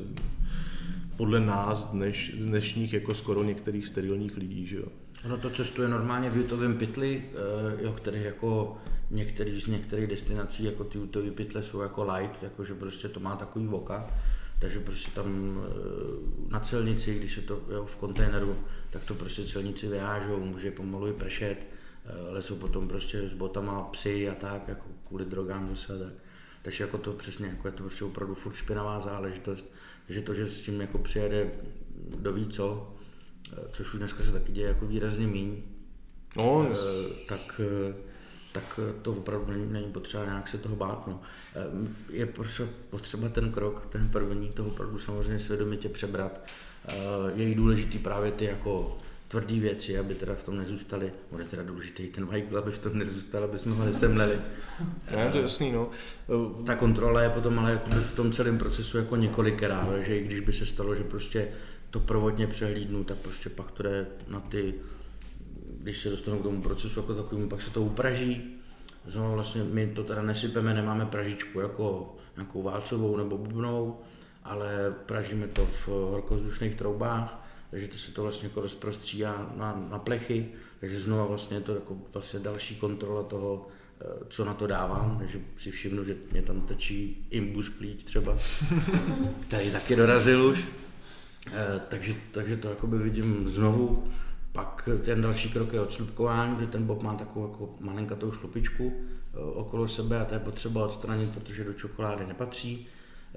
Podle nás dneš, dnešních jako skoro některých sterilních lidí, že jo. Ono to cestuje normálně v jutovém pytli, jo, který jako některý z některých destinací, jako ty jutové pytle jsou jako light, jakože prostě to má takový voka. Takže prostě tam na celnici, když je to jo, v kontejneru, tak to prostě celníci vyhážou, může pomalu i pršet, ale jsou potom prostě s botama psy a tak, jako kvůli drogám zase a tak. Takže jako to přesně, jako je to prostě opravdu furt špinavá záležitost, že to, že s tím jako přijede kdo ví co, což už dneska se taky děje jako výrazně míň, no, tak tak to opravdu není, není potřeba nějak se toho bát. No. Je prostě potřeba ten krok, ten první, toho opravdu samozřejmě svědomitě přebrat. Je jí důležitý právě ty jako tvrdý věci, aby teda v tom nezůstaly. Bude teda důležitý ten vajgl, aby v tom nezůstal, aby jsme ho nesemleli. Ne, to je jasný, no. Ta kontrola je potom ale v tom celém procesu jako několikrát, že i když by se stalo, že prostě to prvotně přehlídnu, tak prostě pak to jde na ty, když se dostanou k tomu procesu jako takovému, pak se to upraží. Znovu vlastně my to teda nesypeme, nemáme pražičku jako nějakou válcovou nebo bubnou, ale pražíme to v horkovzdušných troubách, takže to se to vlastně jako rozprostřídá na, na plechy, takže znova vlastně je to jako vlastně další kontrola toho, co na to dávám, takže si všimnu, že mě tam tečí imbus klíč třeba, který taky dorazil už, takže, takže to jakoby vidím znovu. Pak ten další krok je odslupkování, že ten bob má takovou jako malinkatou šlupičku okolo sebe a to je potřeba odstranit, protože do čokolády nepatří.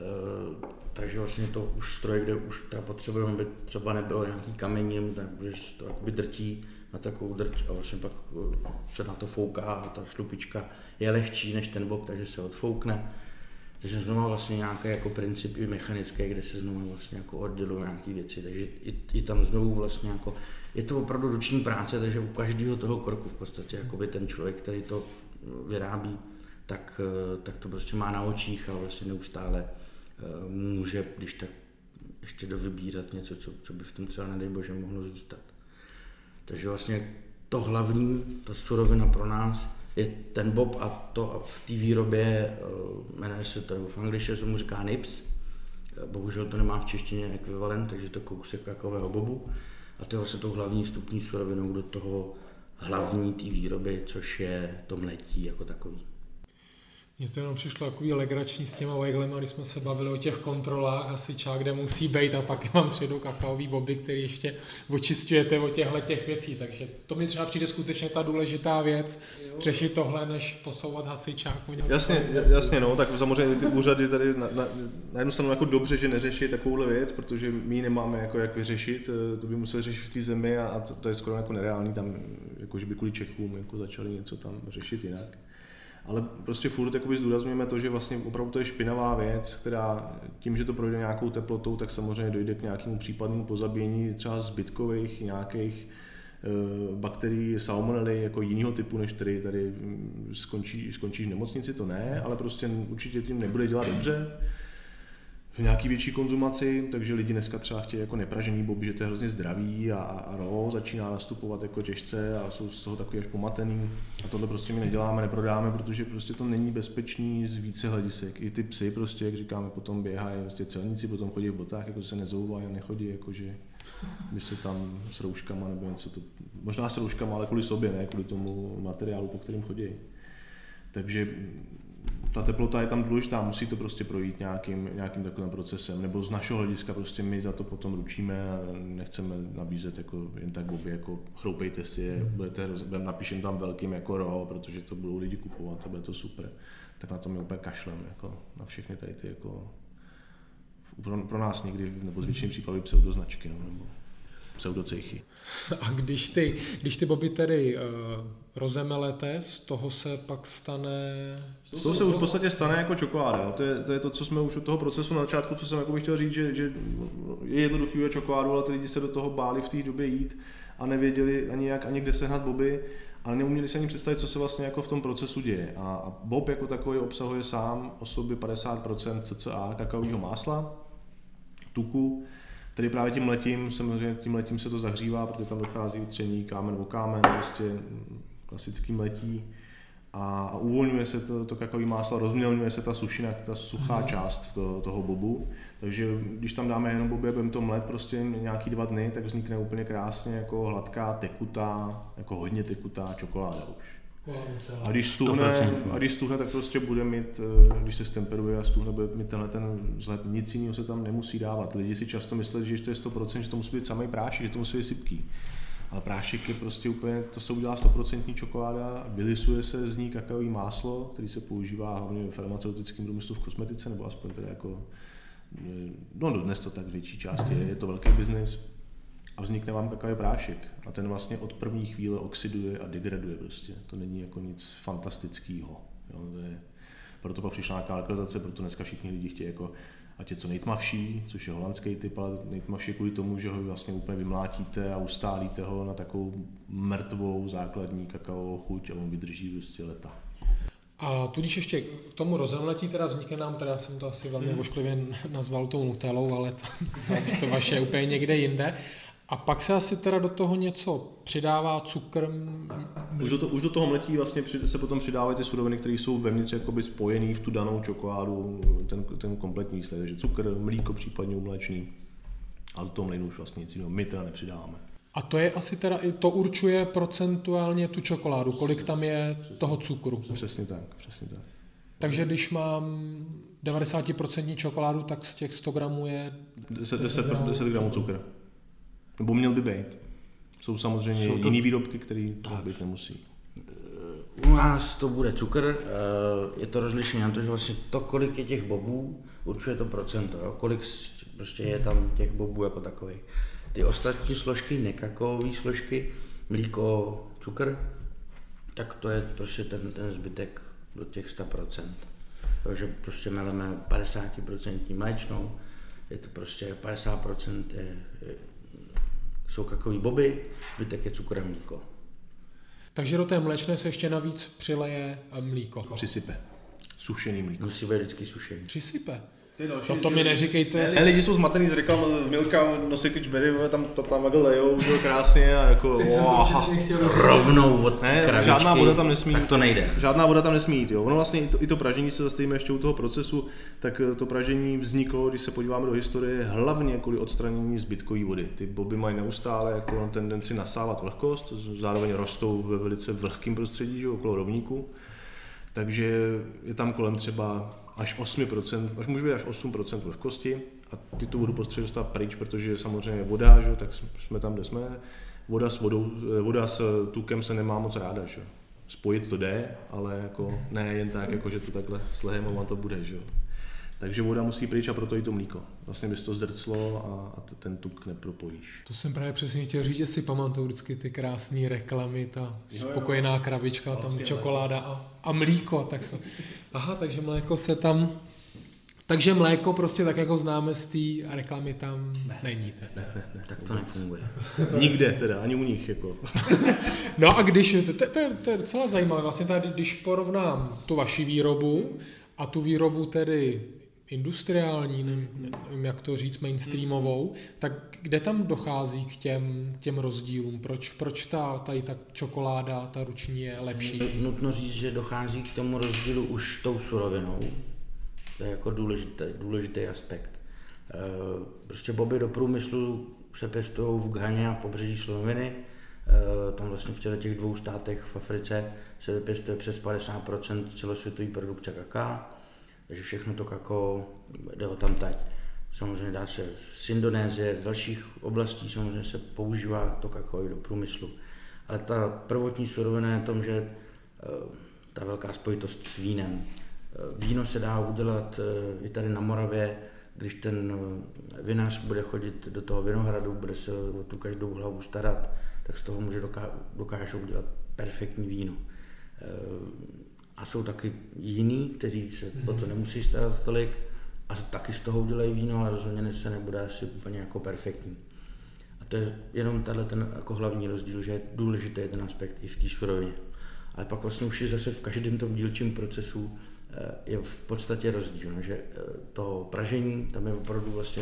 Takže vlastně to už stroj, kde už teda potřebujeme, aby třeba nebylo nějaký kamení, takže to jakoby drtí na takovou drť a vlastně pak se na to fouká a ta šlupička je lehčí než ten bob, takže se odfoukne. Takže znovu vlastně nějaký jako princip i mechanický, kde se znovu vlastně jako oddělují nějaké věci, takže i, i tam znovu vlastně jako, je to opravdu ruční práce, takže u každého toho kroku v podstatě jakoby ten člověk, který to vyrábí, tak, tak to prostě má na očích a vlastně neustále může, když tak ještě dovybírat něco, co, co by v tom třeba nedej bože mohlo zůstat. Takže vlastně to hlavní, ta surovina pro nás je ten bob a to v té výrobě jmenuje se to, v angličtině se mu říká nips, bohužel to nemá v češtině ekvivalent, takže to kousek kakaového bobu a to je vlastně tou hlavní vstupní surovinou do toho hlavní té výroby, což je to mletí jako takový. Mně to jenom přišlo takový legrační s těma wejglema, když jsme se bavili o těch kontrolách hasičák, kde musí být a pak vám přijdou kakaový boby, který ještě očisťujete od těchto těch věcí, takže to mi třeba přijde skutečně ta důležitá věc, řešit tohle, než posouvat hasičáku. Jasně, jasně, no, tak samozřejmě ty úřady tady na, na, na jednu stranu jako dobře, že neřeší takovouhle věc, protože my ji nemáme jako jak vyřešit, to by museli řešit v té zemi a to, to je skoro jako nereálný tam, jako že by kvůli Čechům jako začali něco tam řešit jinak. Ale prostě furt jakoby zdůrazňujeme to, že vlastně opravdu to je špinavá věc, která tím, že to projde nějakou teplotou, tak samozřejmě dojde k nějakému případnému pozabíjení třeba zbytkových nějakých e, bakterií, salmonely jako jiného typu, než tady, tady skončí, skončíš v nemocnici, to ne, ale prostě určitě tím nebude dělat dobře v nějaký větší konzumaci, takže lidi dneska třeba chtějí jako nepražený boby, že to je hrozně zdravý a, a raw začíná nastupovat jako těžce a jsou z toho takový až pomatený a tohle prostě my neděláme, neprodáme, protože prostě to není bezpečný z více hledisek. I ty psy prostě, jak říkáme, potom běhají, prostě celníci potom chodí v botách, jako se nezouvají a nechodí, jakože by se tam s rouškama nebo něco, to, možná s rouškama, ale kvůli sobě, ne kvůli tomu materiálu, po kterým chodí. Takže ta teplota je tam důležitá, musí to prostě projít nějakým, nějakým takovým procesem, nebo z našeho hlediska prostě my za to potom ručíme a nechceme nabízet jako jen tak boby, jako chroupejte si je, budete, napíšem tam velkým jako raw, protože to budou lidi kupovat a bude to super, tak na to my úplně kašlem, jako na všechny tady ty jako, pro, pro nás někdy, nebo z většiny případů pseudoznačky, no, nebo pseudocejchy. A když ty, když ty boby tedy uh, rozemelete, z toho se pak stane... Z toho se už v podstatě stane jako čokoláda. To je, to je to, co jsme už od toho procesu na začátku, co jsem jako bych chtěl říct, že, že je jednoduchý udělat čokoládu, ale ty lidi se do toho báli v té době jít a nevěděli ani jak, ani kde sehnat boby, ale neuměli se ani představit, co se vlastně jako v tom procesu děje. A, a bob jako takový obsahuje sám o sobě padesát procent cca kakaového másla, tuku, tedy právě tím letím, samozřejmě tím letím se to zahřívá, protože tam dochází tření kámen o kámen, prostě klasický mletí a, a uvolňuje se to, to kakaový máslo, rozmělňuje se ta sušina, ta suchá část to, toho bobu, takže když tam dáme jenom boby a budeme to mlet prostě nějaký dva dny, tak vznikne úplně krásně jako hladká, tekutá, jako hodně tekutá čokoláda už. A když stuhne, a když stuhne, tak prostě bude mít, když se stemperuje a stuhne, bude mít tenhle ten vzhled, nic jiného se tam nemusí dávat. Lidi si často myslí, že to je sto procent, že to musí být samý prášek, že to musí být sypký. Ale prášek je prostě úplně, to se udělá sto procent čokoláda, vylisuje se z ní kakaový máslo, který se používá hlavně v farmaceutickém průmyslu, v kosmetice, nebo aspoň teda jako, no dnes to tak v větší části je, je to velký biznis. A vznikne vám kakaový prášek a ten vlastně od první chvíle oxiduje a degraduje prostě. To není jako nic fantastického. Jo, to je, proto pak přišla nějaká lokalizace, proto dneska všichni lidi chtějí jako, ať je co nejtmavší, což je holandský typ, ale nejtmavší kvůli tomu, že ho vlastně úplně vymlátíte a ustálíte ho na takovou mrtvou základní kakaovou chuť a on vydrží prostě leta. A tudíž ještě k tomu rozemletí teda vznikne nám, teda jsem to asi velmi vošklivě nazval tou nutellou, ale to, to vaše je úplně někde jinde. A pak se asi teda do toho něco přidává, cukr? Už do, to, už do toho mletí vlastně se potom přidávají ty suroviny, které jsou vevnitř jakoby spojený v tu danou čokoládu, ten, ten kompletní výsledek, takže cukr, mlíko případně umléčný, ale do toho mlejnu už vlastně nic jiného my teda nepřidáváme. A to je asi teda, to určuje procentuálně tu čokoládu, kolik tam je toho cukru. Přesně tak, přesně tak. Takže když mám devadesát procent čokoládu, tak z těch sto gramů je deset gramů cukr. Nebo měl by být. Jsou samozřejmě Jsou to... jiný výrobky, které to být nemusí. U nás to bude cukr, je to rozlišení na to, že vlastně to, kolik je těch bobů, určuje to procento, jo? Kolik prostě je tam těch bobů jako takových. Ty ostatní složky, nekakaové složky, mlíko, cukr, tak to je prostě ten, ten zbytek do těch sto procent. Takže prostě meleme padesát procent mléčnou, je to prostě padesát procent je, je, jsou kakaové boby, zbytek je cukr a mlíko. Takže do té mléčné se ještě navíc přileje mlíko. Přisype. Sušený mlíko. Musí být vždycky sušený. Přisype. Další, no to mi neříkejte. Ne, lidi jsou zmatený z reklam, Milka nosí ty čbery, tam to tam takhle lejou, krásně a jako teď jsem to přesně chtěl rovnou od ne, kravičky, žádná voda tam nesmí. Tak to nejde. Žádná voda tam nesmí jít, jo. Ono vlastně i to, i to pražení, se zastavíme ještě u toho procesu, tak to pražení vzniklo, když se podíváme do historie, hlavně kvůli odstranění zbytkové vody. Ty boby mají neustále jako tendenci nasávat vlhkost, zároveň rostou ve velice vlhkém prostředí, že, okolo rovníku. Takže je tam kolem třeba až osm procent, až může být až osm procent vlhkosti a ty tu vodu potřebuje dostat pryč, protože samozřejmě voda, že, tak jsme tam, kde jsme. Voda s vodou, voda s tukem se nemá moc ráda, že. Spojit to jde, ale jako ne jen tak, jako že to takhle s lehemama to bude, že. Takže voda musí pryč a proto i to mlíko. Vlastně bys to zdrclo a, a ten tuk nepropojíš. To jsem právě přesně chtěl říct, že si pamatuju vždycky ty krásné reklamy, ta spokojená kravička, tam vlastně čokoláda a, a mlíko. Tak se... Aha, takže mléko se tam... Takže mléko prostě tak, jako známe z té reklamy, tam ne, není. Ne, ne, ne, tak to nefunguje. Nikde teda, ani u nich. Jako. No a když, to, to, to, to je docela zajímavé, vlastně tady, když porovnám tu vaši výrobu a tu výrobu tedy industriální, nevím, nevím jak to říct, mainstreamovou, tak kde tam dochází k těm, k těm rozdílům? Proč, proč ta, tady ta čokoláda, ta ruční je lepší? Nutno říct, že dochází k tomu rozdílu už tou surovinou. To je jako důležitý, důležitý aspekt. Prostě boby do průmyslu se pěstují v Ghaně a v pobřeží Slonoviny. Tam vlastně v těch dvou státech v Africe se vypěstuje přes padesát procent celosvětové produkce kaká. Takže všechno to kakao jde ho tam teď. Samozřejmě dá se z Indonésie, z dalších oblastí samozřejmě se používá to kakao i do průmyslu. Ale ta prvotní surovina je v tom, že ta velká spojitost s vínem. Víno se dá udělat i tady na Moravě, když ten vinař bude chodit do toho vinohradu, bude se o tu každou hlavu starat, tak z toho může doká- dokážou udělat perfektní víno. A jsou taky jiní, kteří se o to nemusí starat tolik a taky z toho udělají víno, ale rozhodně se nebude asi úplně jako perfektní. A to je jenom tato ten jako hlavní rozdíl, že je důležitý ten aspekt i v té surovině. Ale pak vlastně už je zase v každém tom dílčím procesu je v podstatě rozdíl, že to pražení, tam je opravdu vlastně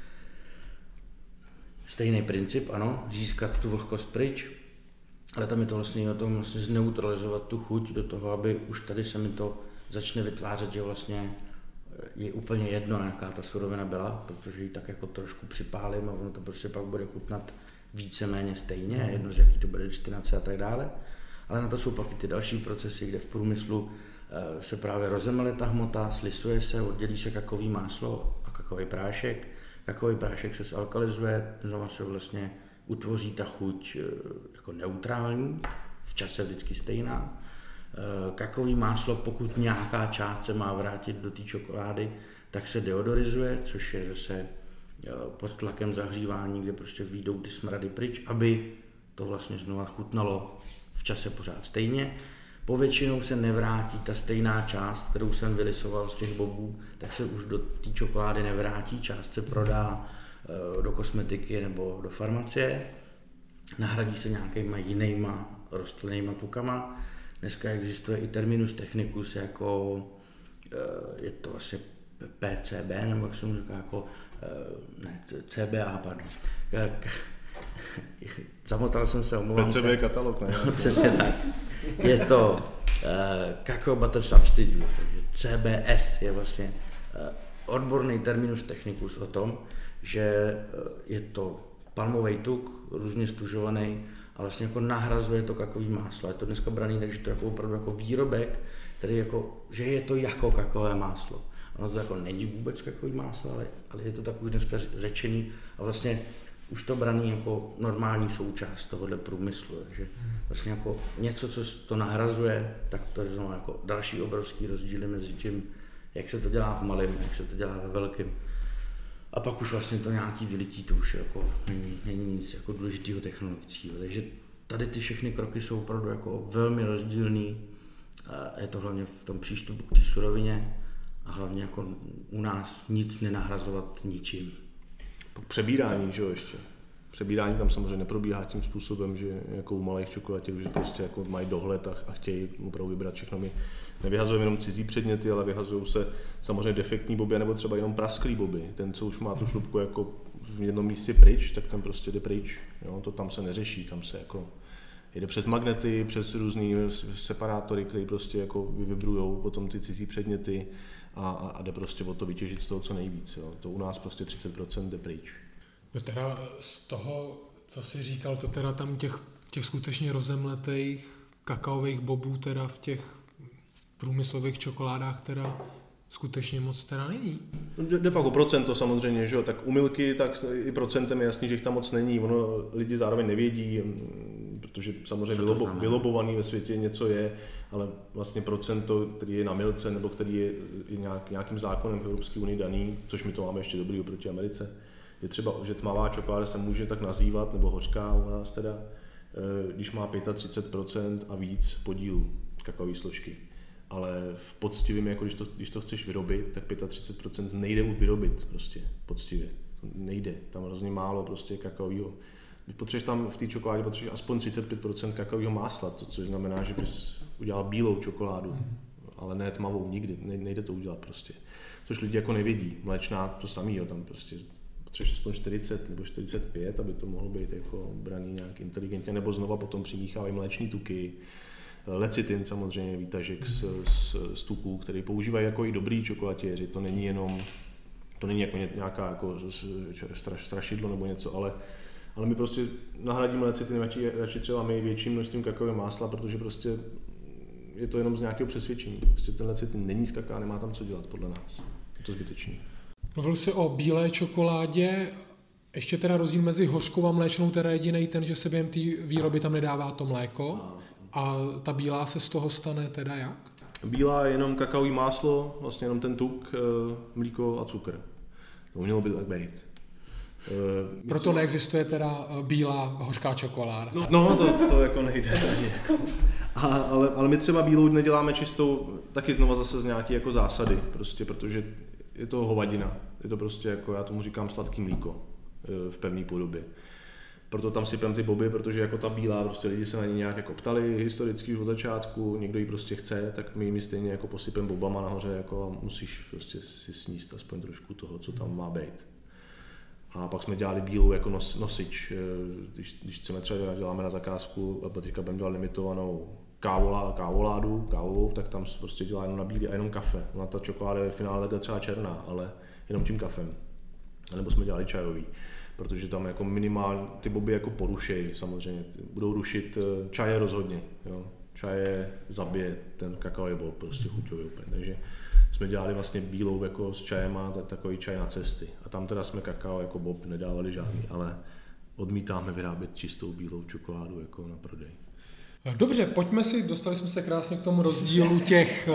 stejný princip, ano, získat tu vlhkost pryč, ale tam je to vlastně o tom vlastně zneutralizovat tu chuť do toho, aby už tady se mi to začne vytvářet, že vlastně je úplně jedno, jaká ta surovina byla, protože ji tak jako trošku připálím a ono to prostě pak bude chutnat víceméně stejně, jedno z jaký to bude destilace a tak dále. Ale na to jsou pak i ty další procesy, kde v průmyslu se právě rozemele ta hmota, slisuje se, oddělí se kakaový máslo a kakaový prášek. Kakaový prášek se zalkalizuje, znova se vlastně utvoří ta chuť jako neutrální, v čase vždycky stejná. Kakaový máslo, pokud nějaká část se má vrátit do té čokolády, tak se deodorizuje, což je zase pod tlakem zahřívání, kde prostě vyjdou ty smrady pryč, aby to vlastně znova chutnalo v čase pořád stejně. Povětšinou se nevrátí ta stejná část, kterou jsem vylisoval z těch bobů, tak se už do té čokolády nevrátí, část se prodá do kosmetiky nebo do farmacie, nahradí se nějakýma jinýma rostlinnýma tukama. Dneska existuje i terminus technicus, jako je to vlastně P C B, nebo jak se mu říká, jako, ne, C B A, pardon. zamotal jsem se, omlouvám se. Před je katalog, ne? Přesně tak. Je to uh, Cacao Butter Substitute, takže C B S je vlastně uh, odborný terminus technicus o tom, že uh, je to palmový tuk, různě stužovaný a vlastně jako nahrazuje to kakaový máslo. Je to dneska braný, takže to je jako opravdu jako výrobek, který jako, že je to jako kakaové máslo. Ono to jako není vůbec kakaový máslo, ale, ale je to tak už dneska řečený a vlastně už to braný jako normální součást tohohle průmyslu. Takže vlastně jako něco, co to nahrazuje, tak to je znovu jako další obrovský rozdíly mezi tím, jak se to dělá v malém, jak se to dělá ve velkém. A pak už vlastně to nějaký vylití, to už jako není, není nic jako důležitého technologického. Takže tady ty všechny kroky jsou opravdu jako velmi rozdílný. A je to hlavně v tom přístupu k té surovině a hlavně jako u nás nic nenahrazovat ničím. Přebírání, že jo, ještě. Přebírání tam samozřejmě neprobíhá tím způsobem, že jako u malých čokolátěrů, že prostě jako mají dohled a, a chtějí opravdu vybrat všechno. My nevyhazujeme jenom cizí předměty, ale vyhazují se samozřejmě defektní boby, nebo třeba jenom prasklý boby. Ten, co už má tu šlupku jako v jednom místě pryč, tak ten prostě jde pryč. Jo, to tam se neřeší, tam se jako jde přes magnety, přes různý separátory, které prostě jako vyvibrujou potom ty cizí předměty a, a, a jde prostě o to vytěžit z toho co nejvíc. Jo. To u nás prostě třicet procent jde pryč. No teda z toho, co jsi říkal, to teda tam těch, těch skutečně rozemletých kakaových bobů teda v těch průmyslových čokoládách teda skutečně moc teda není. Jde pak o procento samozřejmě, že jo, tak u Milky, tak i procentem je jasný, že jich tam moc není, ono lidi zároveň nevědí, protože samozřejmě vylobo, vylobovaný ve světě něco je, ale vlastně procento, který je na Milce, nebo který je nějak, nějakým zákonem v Evropské unii daný, což my to máme ještě dobrý oproti Americe, je třeba, že tmavá čokoláda se může tak nazývat, nebo hořká u nás teda, když má třicet pět procent a víc podílu kakaové složky. Ale v poctivém, jako když to, když to chceš vyrobit, tak třicet pět procent nejde vyrobit prostě poctivě. Nejde, tam hrozně málo prostě kakaového. Potřebuješ tam v té čokoládě potřebuješ aspoň třicet pět procent kakaového másla, to, což znamená, že bys udělal bílou čokoládu, ale ne tmavou nikdy, nejde to udělat prostě. Což lidi jako nevědí, mléčná to samý, jo, tam prostě potřebuješ aspoň čtyřicet nebo čtyřicet pět, aby to mohlo být jako braný nějak inteligentně, nebo znova potom přimíchávají mléčné tuky. Lecitin samozřejmě, výtažek z, z, z tuků, který používají jako i dobrý čokoladěři, to není jenom, to není jako nějaká jako straš, strašidlo nebo něco, ale, ale my prostě nahradíme lecitin radši, radši třeba my větším množstvím kakaového másla, protože prostě je to jenom z nějakého přesvědčení. Prostě ten lecitin není z kaká, nemá tam co dělat podle nás. Je to zbytečný. Mluvil jsi o bílé čokoládě, ještě teda rozdíl mezi hořkou a mléčnou, teda jedinej ten, že se během té výroby tam nedává to mléko. A ta bílá se z toho stane teda jak? Bílá je jenom kakaový máslo, vlastně jenom ten tuk, mlíko a cukr. To mělo by tak být. Proto neexistuje teda bílá hořká čokoláda. No, no to, to jako nejde. Jako. A, ale, ale my třeba bílou neděláme čistou, taky znova zase z nějaké jako zásady, prostě, protože je to hovadina. Je to prostě jako, já tomu říkám sladký mlíko v pevné podobě. Proto tam sypem ty boby, protože jako ta bílá, prostě lidi se na ní nějak jako ptali historicky od začátku, někdo ji prostě chce, tak my jim stejně jako posypem bobama nahoře jako a musíš prostě si sníst aspoň trošku toho, co tam má být. A pak jsme dělali bílou jako nos, nosič, když, když chceme třeba děláme na zakázku a teďka budeme dělat limitovanou kávolá, kávoládu, kávovou, tak tam prostě dělá jenom na bílý a jenom kafe. Ona ta čokoláda je v finále takhle třeba černá, ale jenom tím kafem. A nebo jsme dělali čajový. Protože tam jako minimálně ty boby jako porušejí samozřejmě, budou rušit čaje rozhodně, jo. Čaje zabije ten kakaový bob, prostě chuťový úplně, takže jsme dělali vlastně bílou jako s čajem a takový čaj na cesty a tam teda jsme kakao jako bob nedávali žádný, ale odmítáme vyrábět čistou bílou čokoládu jako na prodej. Dobře, pojďme si, dostali jsme se krásně k tomu rozdílu těch,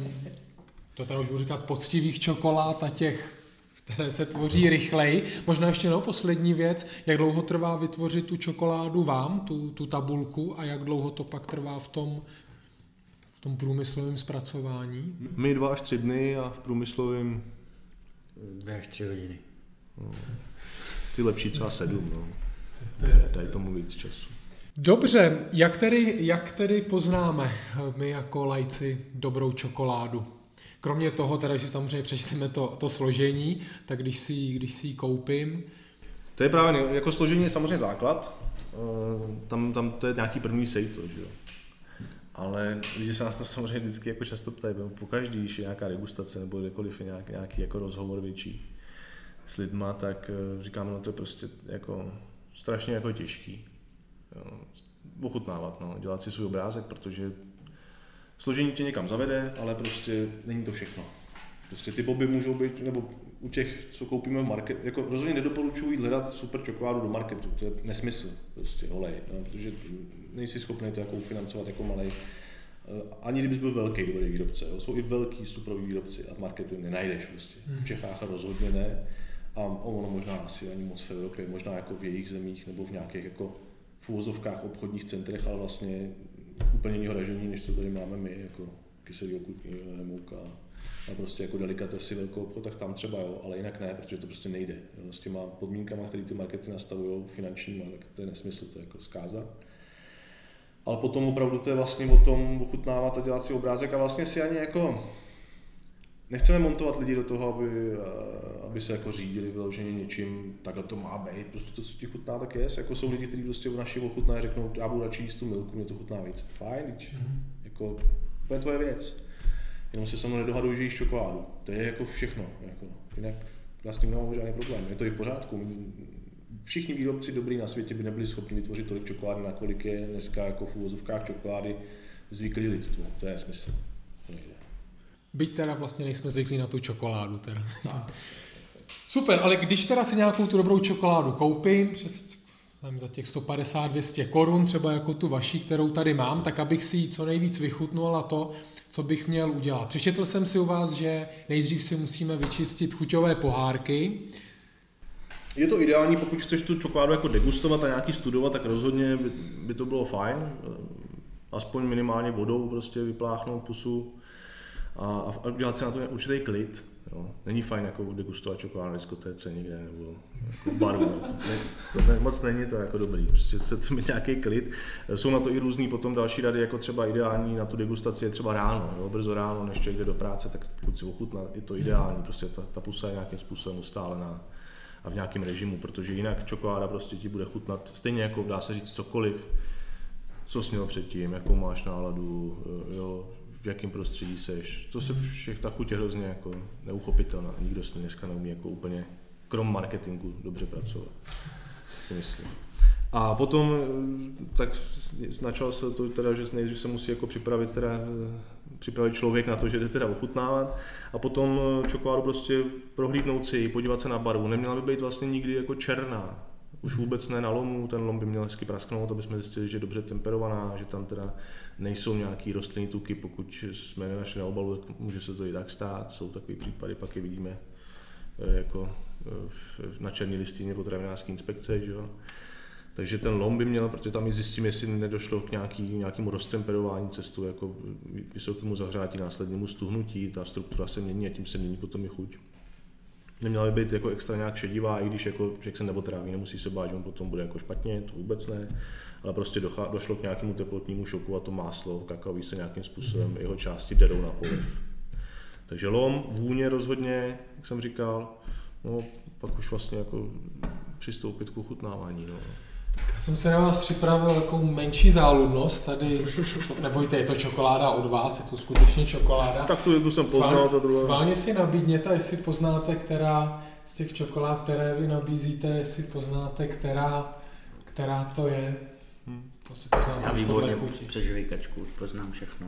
to tady už budu říkat, poctivých čokolád a těch, které se tvoří rychleji. Možná ještě no, poslední věc, jak dlouho trvá vytvořit tu čokoládu vám, tu, tu tabulku, a jak dlouho to pak trvá v tom, v tom průmyslovém zpracování? My dva až tři dny a v průmyslovém dvě až tři hodiny. No, ty lepší třeba sedm, no. Dají tomu víc času. Dobře, jak tedy, jak tedy poznáme my jako lajci dobrou čokoládu? Kromě toho, teda, že samozřejmě přečteme to, to složení, tak když si, když si ji koupím... To je právě, jako složení je samozřejmě základ, tam, tam to je nějaký první sejto, že jo. Ale lidi se nás to samozřejmě vždycky jako často ptají, po každý, když je nějaká degustace nebo kdekoliv je nějaký, nějaký jako rozhovor větší s lidma, tak říkáme, no to je prostě jako strašně jako těžký. Jo. Ochutnávat, no, dělat si svůj obrázek, protože složení tě někam zavede, ale prostě není to všechno. Prostě ty boby můžou být, nebo u těch, co koupíme v marketu, jako rozhodně nedoporučuji jít hledat super čokoládu do marketu, to je nesmysl, prostě olej, no, protože nejsi schopný to jako ufinancovat jako malej. Ani kdybys byl velký dobrý výrobce, jo. Jsou i velký superoví výrobci a v marketu nenajdeš prostě, v Čechách rozhodně ne a ono možná asi ani moc v Evropě, možná jako v jejich zemích nebo v nějakých jako v uvozovkách obchodních centrech, ale vlastně úplně jiného ražení, než co tady máme my, jako kyselý okutní, mouka a prostě jako delikatesy, velkou obchod, tak tam třeba jo, ale jinak ne, protože to prostě nejde. Jo, s těma podmínkama, které ty markety nastavují finančníma, tak to je nesmysl, to je jako zkáza. Ale potom opravdu to je vlastně o tom ochutnávat a dělat si obrázek a vlastně si ani jako nechceme montovat lidi do toho, aby, aby se jako řídili vyloženě něčím, takhle to má být, prostě to, co ti chutná, tak je. Jako jsou lidi, kteří prostě v naší ochutná řeknou, já budu radši jíst tu milku, mě to chutná víc. Fajn, mm-hmm. Jako, to je tvoje věc. Jenom se se mnou nedohaduji, že jíš čokoládu. To je jako všechno. Jako. Jinak já s tím nemám žádný problém. Je to i v pořádku. Všichni výrobci dobrý na světě by nebyli schopni vytvořit tolik čokolády, nakolik je dneska jako v uvozovkách čokolády zvyklý lidstvo. To je nesmysl. To nejde. Byť teda vlastně nejsme zvyklí na tu čokoládu. Teda. Super, ale když teda si nějakou tu dobrou čokoládu koupím přes za těch sto padesát dvě stě korun, třeba jako tu vaši, kterou tady mám, tak abych si ji co nejvíc vychutnul a to, co bych měl udělat. Přečetl jsem si u vás, že nejdřív si musíme vyčistit chuťové pohárky. Je to ideální, pokud chceš tu čokoládu jako degustovat a nějaký studovat, tak rozhodně by, by to bylo fajn. Aspoň minimálně vodou prostě vypláchnout pusu a, a udělat si na to určitý klid. Jo. Není fajn jako degustovat čokoládu na diskotéce někde nebo jako v baru. Ne, to ne, moc není to jako dobrý. Prostě chce mít nějaký klid. Jsou na to i různý potom další rady, jako třeba ideální na tu degustaci je třeba ráno, jo. Brzo ráno, než člověk jde do práce, tak pokud si ochutná, je to ideální. Prostě ta, ta pusa je nějakým způsobem ustálená a v nějakém režimu, protože jinak čokoláda prostě ti bude chutnat stejně jako dá se říct cokoliv, co jsi měl předtím, jakou máš náladu, jo, v jakém prostředí seš. To se všech, ta chuť je hrozně jako neuchopitelná. Nikdo s ní dneska neumí jako úplně, krom marketingu, dobře pracovat, si myslím. A potom tak značilo se to teda, že nejdřív se musí jako připravit, teda, připravit člověk na to, že jde teda ochutnávat a potom čokoládu prostě prohlídnout si, podívat se na barvu. Neměla by být vlastně nikdy jako černá. Už vůbec ne na lomu, ten lom by měl hezky prasknout, aby jsme zjistili, že je dobře temperovaná, že tam teda nejsou nějaký rostlinný tuky, pokud jsme nenašli na obalu, tak může se to i tak stát. Jsou takové případy, pak je vidíme jako na černé listině potravinářské inspekce, že jo. Takže ten lom by měl, protože tam i zjistím, jestli nedošlo k nějaký, nějakému roztemperování cestu, jako vysokému zahřátí, následnému stuhnutí, ta struktura se mění a tím se mění potom i chuť. Neměla by být jako extra nějak šedivá, i když jako člověk se neotráví, nemusí se bát, že on potom bude jako špatně, to vůbec ne, ale prostě dochá, došlo k nějakému teplotnímu šoku a to máslo, kakaoví se nějakým způsobem jeho části derou na povrch. Takže lom, vůně rozhodně, jak jsem říkal, no pak už vlastně jako přistoupit k ochutnávání. No. Já jsem se na vás připravil jako menší záludnost, tady, nebojte, je to čokoláda od vás, je to skutečně čokoláda. Tak tu jednu jsem poznal, to druhé. Schválně si nabídněte, jestli poznáte, která z těch čokolád, které vy nabízíte, jestli poznáte, která, která to je. Hmm. To si poznáte. Já výborně přežvejkačku, už poznám všechno.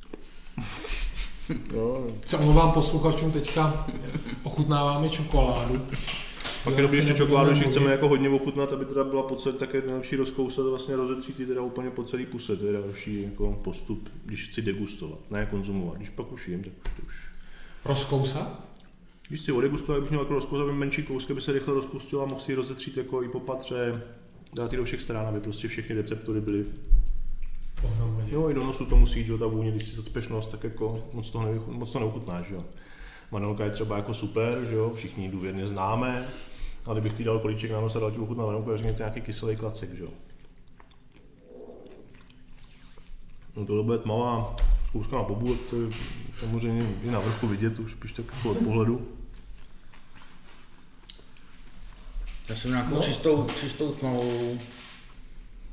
No. Se omlouvám posluchačům, teďka ochutnáváme čokoládu. Pak je dobrý ještě čokoládu, že chceme jako hodně ochutnat, aby teda byla po celé, tak je nejlepší rozkousat vlastně rozetřít teda úplně po celý puse, to je další jako postup, když chci degustovat, ne konzumovat, když pak už jim, tak to už. Rozkousat? Když si odegustovat, bych měl jako rozkousat, aby menší kousky by se rychle rozpustila a mohl si ji rozetřít jako i po patře, dát ji do všech stran, aby prostě všechny receptory byly. Pohromadě. Jo, i do nosu to musí jít, že ta vůně, když si zacpeš nos, tak jako moc to, nevych, moc to neuchutnáš, jo. Vanilka je třeba jako super, že jo, všichni ji důvěrně známe, ale kdybych ti dal kolíček na nos a dal ti ochutnat vanilku, tak řekněte nějaký kyselý klacek, že jo. No tohle bude tmavá zkouška na bobu, to je samozřejmě i na vrchu vidět, už spíš tak od pohledu. Já jsem nějakou no. čistou, čistou tmavou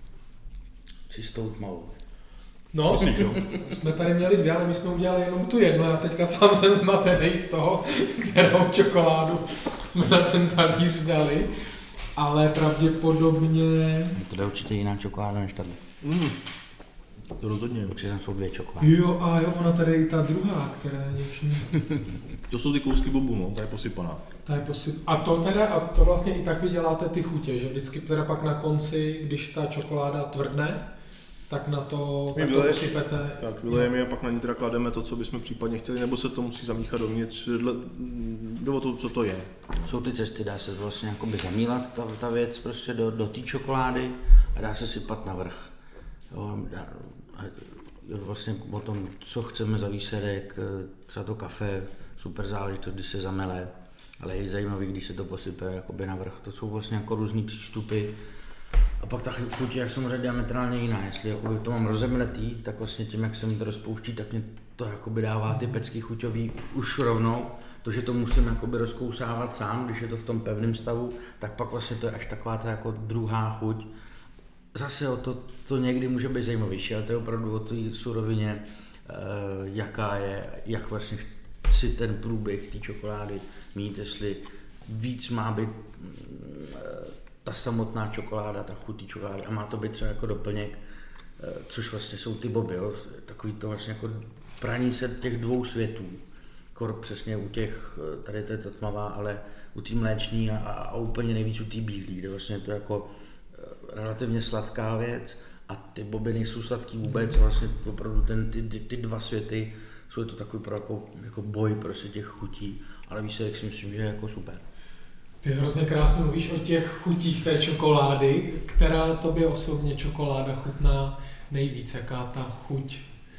čistou tmavou. No, Myslíš, jo? jsme tady měli dvě, ale my jsme udělali jenom tu jednu. Já teďka sám jsem zmatený z toho, kterou čokoládu jsme na ten talíř dali. Ale pravděpodobně... To je určitě jiná čokoláda než tady. Mm. To rozhodně. Určitě tam jsou dvě čokolády. Jo, a jo, ona tady je ta druhá, která je něčný. To jsou ty kousky bobu, no, ta je posypaná. Ta je posyp... A to teda, a to vlastně i tak vy děláte ty chutě, že vždycky teda pak na konci, když ta čokoláda tvrdne, tak na to, tak to posypete. Tak vylejeme a pak na ní teda klademe to, co bychom případně chtěli, nebo se to musí zamíchat dovnitř, do toho, co to je. Jsou ty cesty, dá se vlastně jakoby zamílat ta, ta věc prostě do, do té čokolády a dá se sypat navrch. Jo, dá, je vlastně o tom, co chceme za výsledek, třeba to kafe, super záležitost, když se zamele, ale je zajímavý, když se to posype jakoby navrch. To jsou vlastně jako různý přístupy. A pak ta chuť je samozřejmě diametrálně jiná. Jestli jakoby to mám rozemletý, tak vlastně tím, jak se mi to rozpouští, tak mě to jakoby dává ty pecky chuťový už rovnou. To, že to musím jakoby rozkousávat sám, když je to v tom pevném stavu, tak pak vlastně to je až taková ta jako druhá chuť. Zase o to, to někdy může být zajímavější, ale to je opravdu o té surovině, eh, jaká je, jak vlastně chci ten průběh té čokolády mít, jestli víc má být eh, ta samotná čokoláda, ta chuť té čokolády a má to být třeba jako doplněk, eh, což vlastně jsou ty boby, jo? Takový to vlastně jako praní se těch dvou světů. Kor přesně u těch, tady to je to tmavá, ale u té mléční a, a, a úplně nejvíc u té bílé, kde vlastně to je jako relativně sladká věc a ty boby nejsou sladký vůbec, vlastně opravdu ten, ty, ty, ty dva světy jsou to takový pro jako, jako boj prostě těch chutí, ale výsledek si myslím, že je jako super. Ty hrozně krásně mluvíš o těch chutích té čokolády, která tobě osobně čokoláda chutná nejvíc, jaká ta chuť?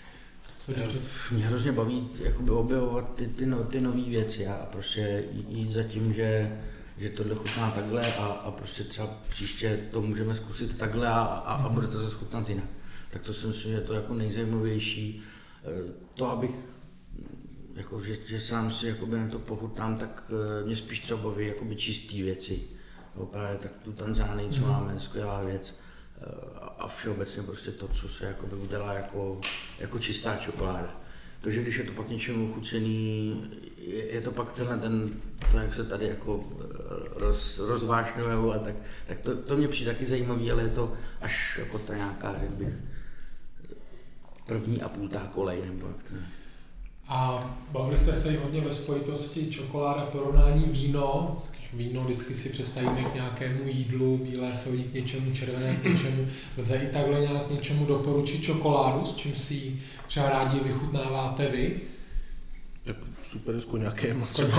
Mě hrozně baví jakoby objevovat ty, ty, no, ty nové věci a prostě jít za tím, že že tohle chutná takhle a, a prostě třeba příště to můžeme zkusit takhle a, a, a bude to zase chutnat jinak. Tak to si myslím, že je to jako nejzajímavější. To, abych, jako, že, že sám si jakoby na to pochutnám, tak mě spíš třeba baví jakoby čistý věci. No, právě tak tu Tanzánii, co máme, skvělá věc. A všeobecně prostě to, co se jakoby udělá jako, jako čistá čokoláda. To, že když je to pak něčemu chucený, je, je to pak tenhle ten, to jak se tady jako roz, rozvášňujeme a tak, tak to, to mě přijde taky zajímavý, ale je to až jako ta nějaká, řekl bych, první a půl tá kolej, nebo jak to. A bavili jste se hodně ve spojitosti čokoláda, porovnání víno. Víno vždycky si představíme k nějakému jídlu, bílé se hodí k něčemu, červené k něčemu. Lze i takhle nějak něčemu doporučit čokoládu, s čím si ji třeba rádi vychutnáváte vy? Tak super z koněkem třeba.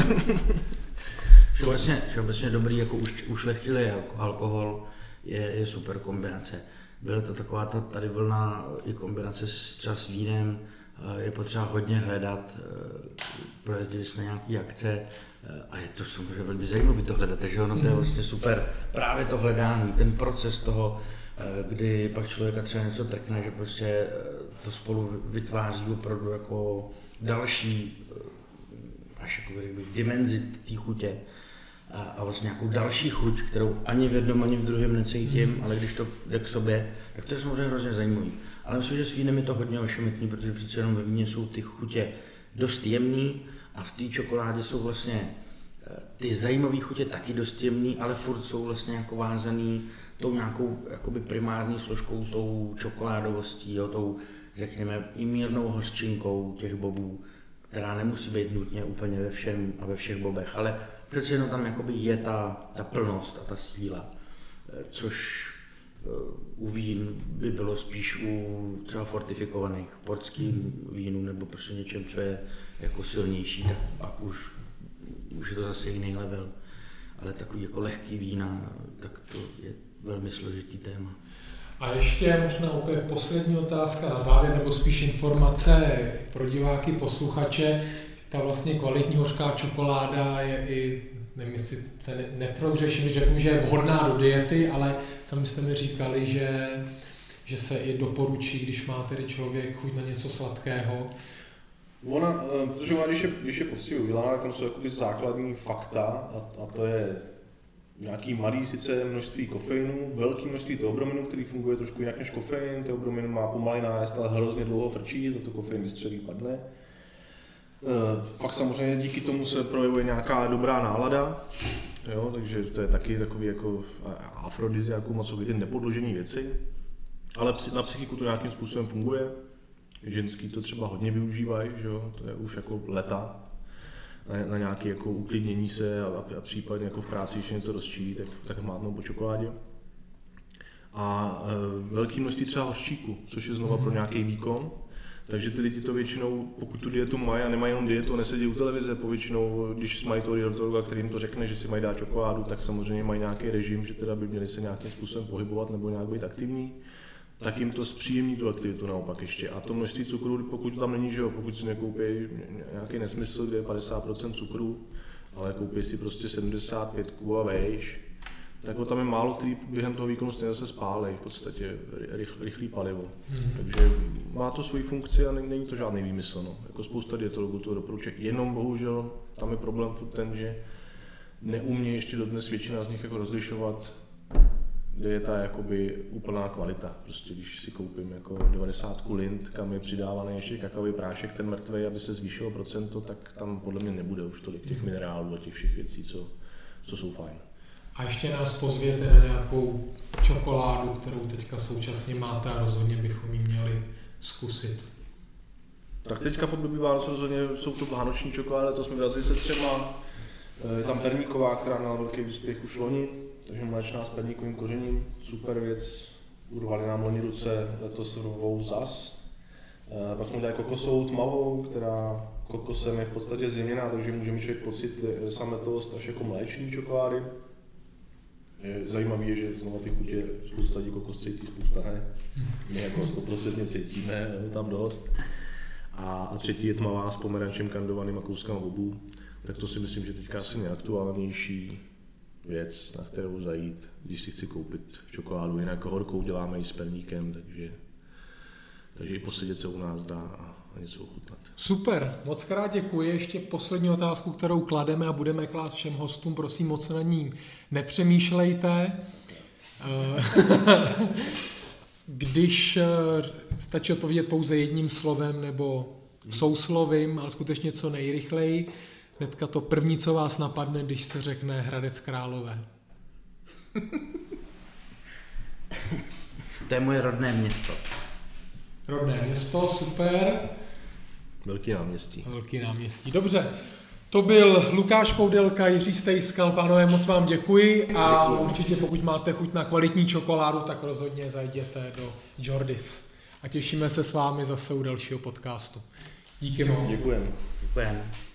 Všeobecně, všeobecně dobrý, jako už, ušlechtilý alkohol je, je super kombinace. Byla to taková ta tady vlna i kombinace s, třeba s vínem, je potřeba hodně hledat, projezdili jsme nějaké akce a je to samozřejmě velmi zajímavé to hledat, takže ono to je vlastně super. Právě to hledání, ten proces toho, kdy pak člověka třeba něco trkne, že prostě to spolu vytváří opravdu jako další až jako dimenzi té chutě a, a vlastně nějakou další chuť, kterou ani v jednom, ani v druhém necítím, mm. ale když to jde k sobě, tak to je samozřejmě hrozně zajímavý. Ale myslím, že s vínem je to hodně ošemetný, protože přece jenom ve víně jsou ty chutě dost jemný a v té čokoládě jsou vlastně ty zajímavé chutě taky dost jemný, ale furt jsou vlastně jako vázaný tou nějakou jakoby primární složkou, tou čokoládovostí, jo, tou, řekněme, i mírnou hořčinkou těch bobů, která nemusí být nutně úplně ve všem a ve všech bobech, ale přece jenom tam jakoby je ta, ta plnost a ta síla, což u vín by bylo spíš u třeba fortifikovaných portským vínů nebo prostě něčem, co je jako silnější, tak pak už, už je to zase jiný level. Ale takový jako lehký vína, tak to je velmi složitý téma. A ještě možná úplně poslední otázka na závěr, nebo spíš informace pro diváky, posluchače. Ta vlastně kvalitní hořká čokoláda je i, nevím, jestli se ne, neprohřeším, řeknu, že je vhodná do diety, ale sami jste mi říkali, že, že se i doporučí, když má tedy člověk chuť na něco sladkého. Ona, protože ona, když je, když je poctivě udělaná, tak tam jsou jakoby základní fakta a, a to je nějaký malý sice množství kofeinu, velké množství teobrominu, který funguje trošku jinak než kofein. Teobromin má pomalý nájezd, ale hrozně dlouho frčí, to kofein vystřelí, padne. E, pak samozřejmě díky tomu se projevuje nějaká dobrá nálada, jo, takže to je taky takový jako afrodiziakum, moc ty nepodložené věci. Ale na psychiku to nějakým způsobem funguje. Ženský to třeba hodně využívají, že jo, to je už jako leta. Na, na nějaké jako uklidnění se a, a případně jako v práci, když něco rozčílí, tak, tak mátnou po čokoládě. A e, velké množství třeba hořčíku, což je znova pro nějaký výkon. Takže ty lidi to většinou, pokud tu dietu mají a nemají jenom dietu, nesedí u televize, povětšinou, když mají toho dietologa, který jim to řekne, že si mají dát čokoládu, tak samozřejmě mají nějaký režim, že teda by měli se nějakým způsobem pohybovat nebo nějak být aktivní. Tak jim to zpříjemní tu aktivitu naopak ještě. A to množství cukru, pokud to tam není, že jo, pokud si nekoupí nějaký nesmysl, kde je padesát procent cukru, ale koupí si prostě sedmdesát pět a vejš, tak tam je málo, který během toho výkonu stejně zase spálej, v podstatě rych, rychlý palivo. Mm-hmm. Takže má to svoji funkci a není to žádný výmysl. No. Jako spousta dietologů to doporučuje. Jenom bohužel tam je problém ten, že neumí ještě dodnes většina z nich jako rozlišovat, dieta je jakoby úplná kvalita. Prostě když si koupím jako devadesát lind, kam je přidávaný ještě kakaový prášek, ten mrtvej, aby se zvýšilo procento, tak tam podle mě nebude už tolik těch minerálů a těch všech věcí, co, co jsou fajn. A ještě nás pozvěte na nějakou čokoládu, kterou teďka současně máte a rozhodně bychom ji měli zkusit. Tak teďka v období Vánoc rozhodně jsou to vánoční čokolády, to jsme vyrazili se třema. Je tam perníková, která měla velký úspěch už loni, takže mléčná s perníkovým kořením, super věc, urvali nám loni ruce, letos rovou zas. Pak jsme dali kokosovou tmavou, která kokosem je v podstatě zjemněná, takže může mít člověk pocit sametovost až jako mléčný čokolády. Je zajímavé, že znovu ty chutě spousta lidí kokos cítí, spousta ne. My jako sto procent cítíme, je tam dost. A, a třetí je tmavá s pomerančem kandovaným a kouskama bobů. Tak to si myslím, že teďka asi nejaktuálnější věc, na kterou zajít, když si chci koupit čokoládu. Jinak horkou děláme i s perníkem, takže, takže i posedět se u nás dá a, a něco ochutnat. Super, moc krát děkuji. Ještě poslední otázku, kterou klademe a budeme klást všem hostům, prosím, moc na ní nepřemýšlejte. Když stačí odpovědět pouze jedním slovem nebo souslovím, ale skutečně co nejrychleji, hnedka to první, co vás napadne, když se řekne Hradec Králové. To je moje rodné město. Rodné město, super. Velký náměstí. Velký náměstí, dobře. To byl Lukáš Koudelka, Jiří Stejskal, pánové, moc vám děkuji a děkuji. Určitě pokud máte chuť na kvalitní čokoládu, tak rozhodně zajděte do Jordis. A těšíme se s vámi zase u dalšího podcastu. Díky moc. Děkujeme. Děkujeme.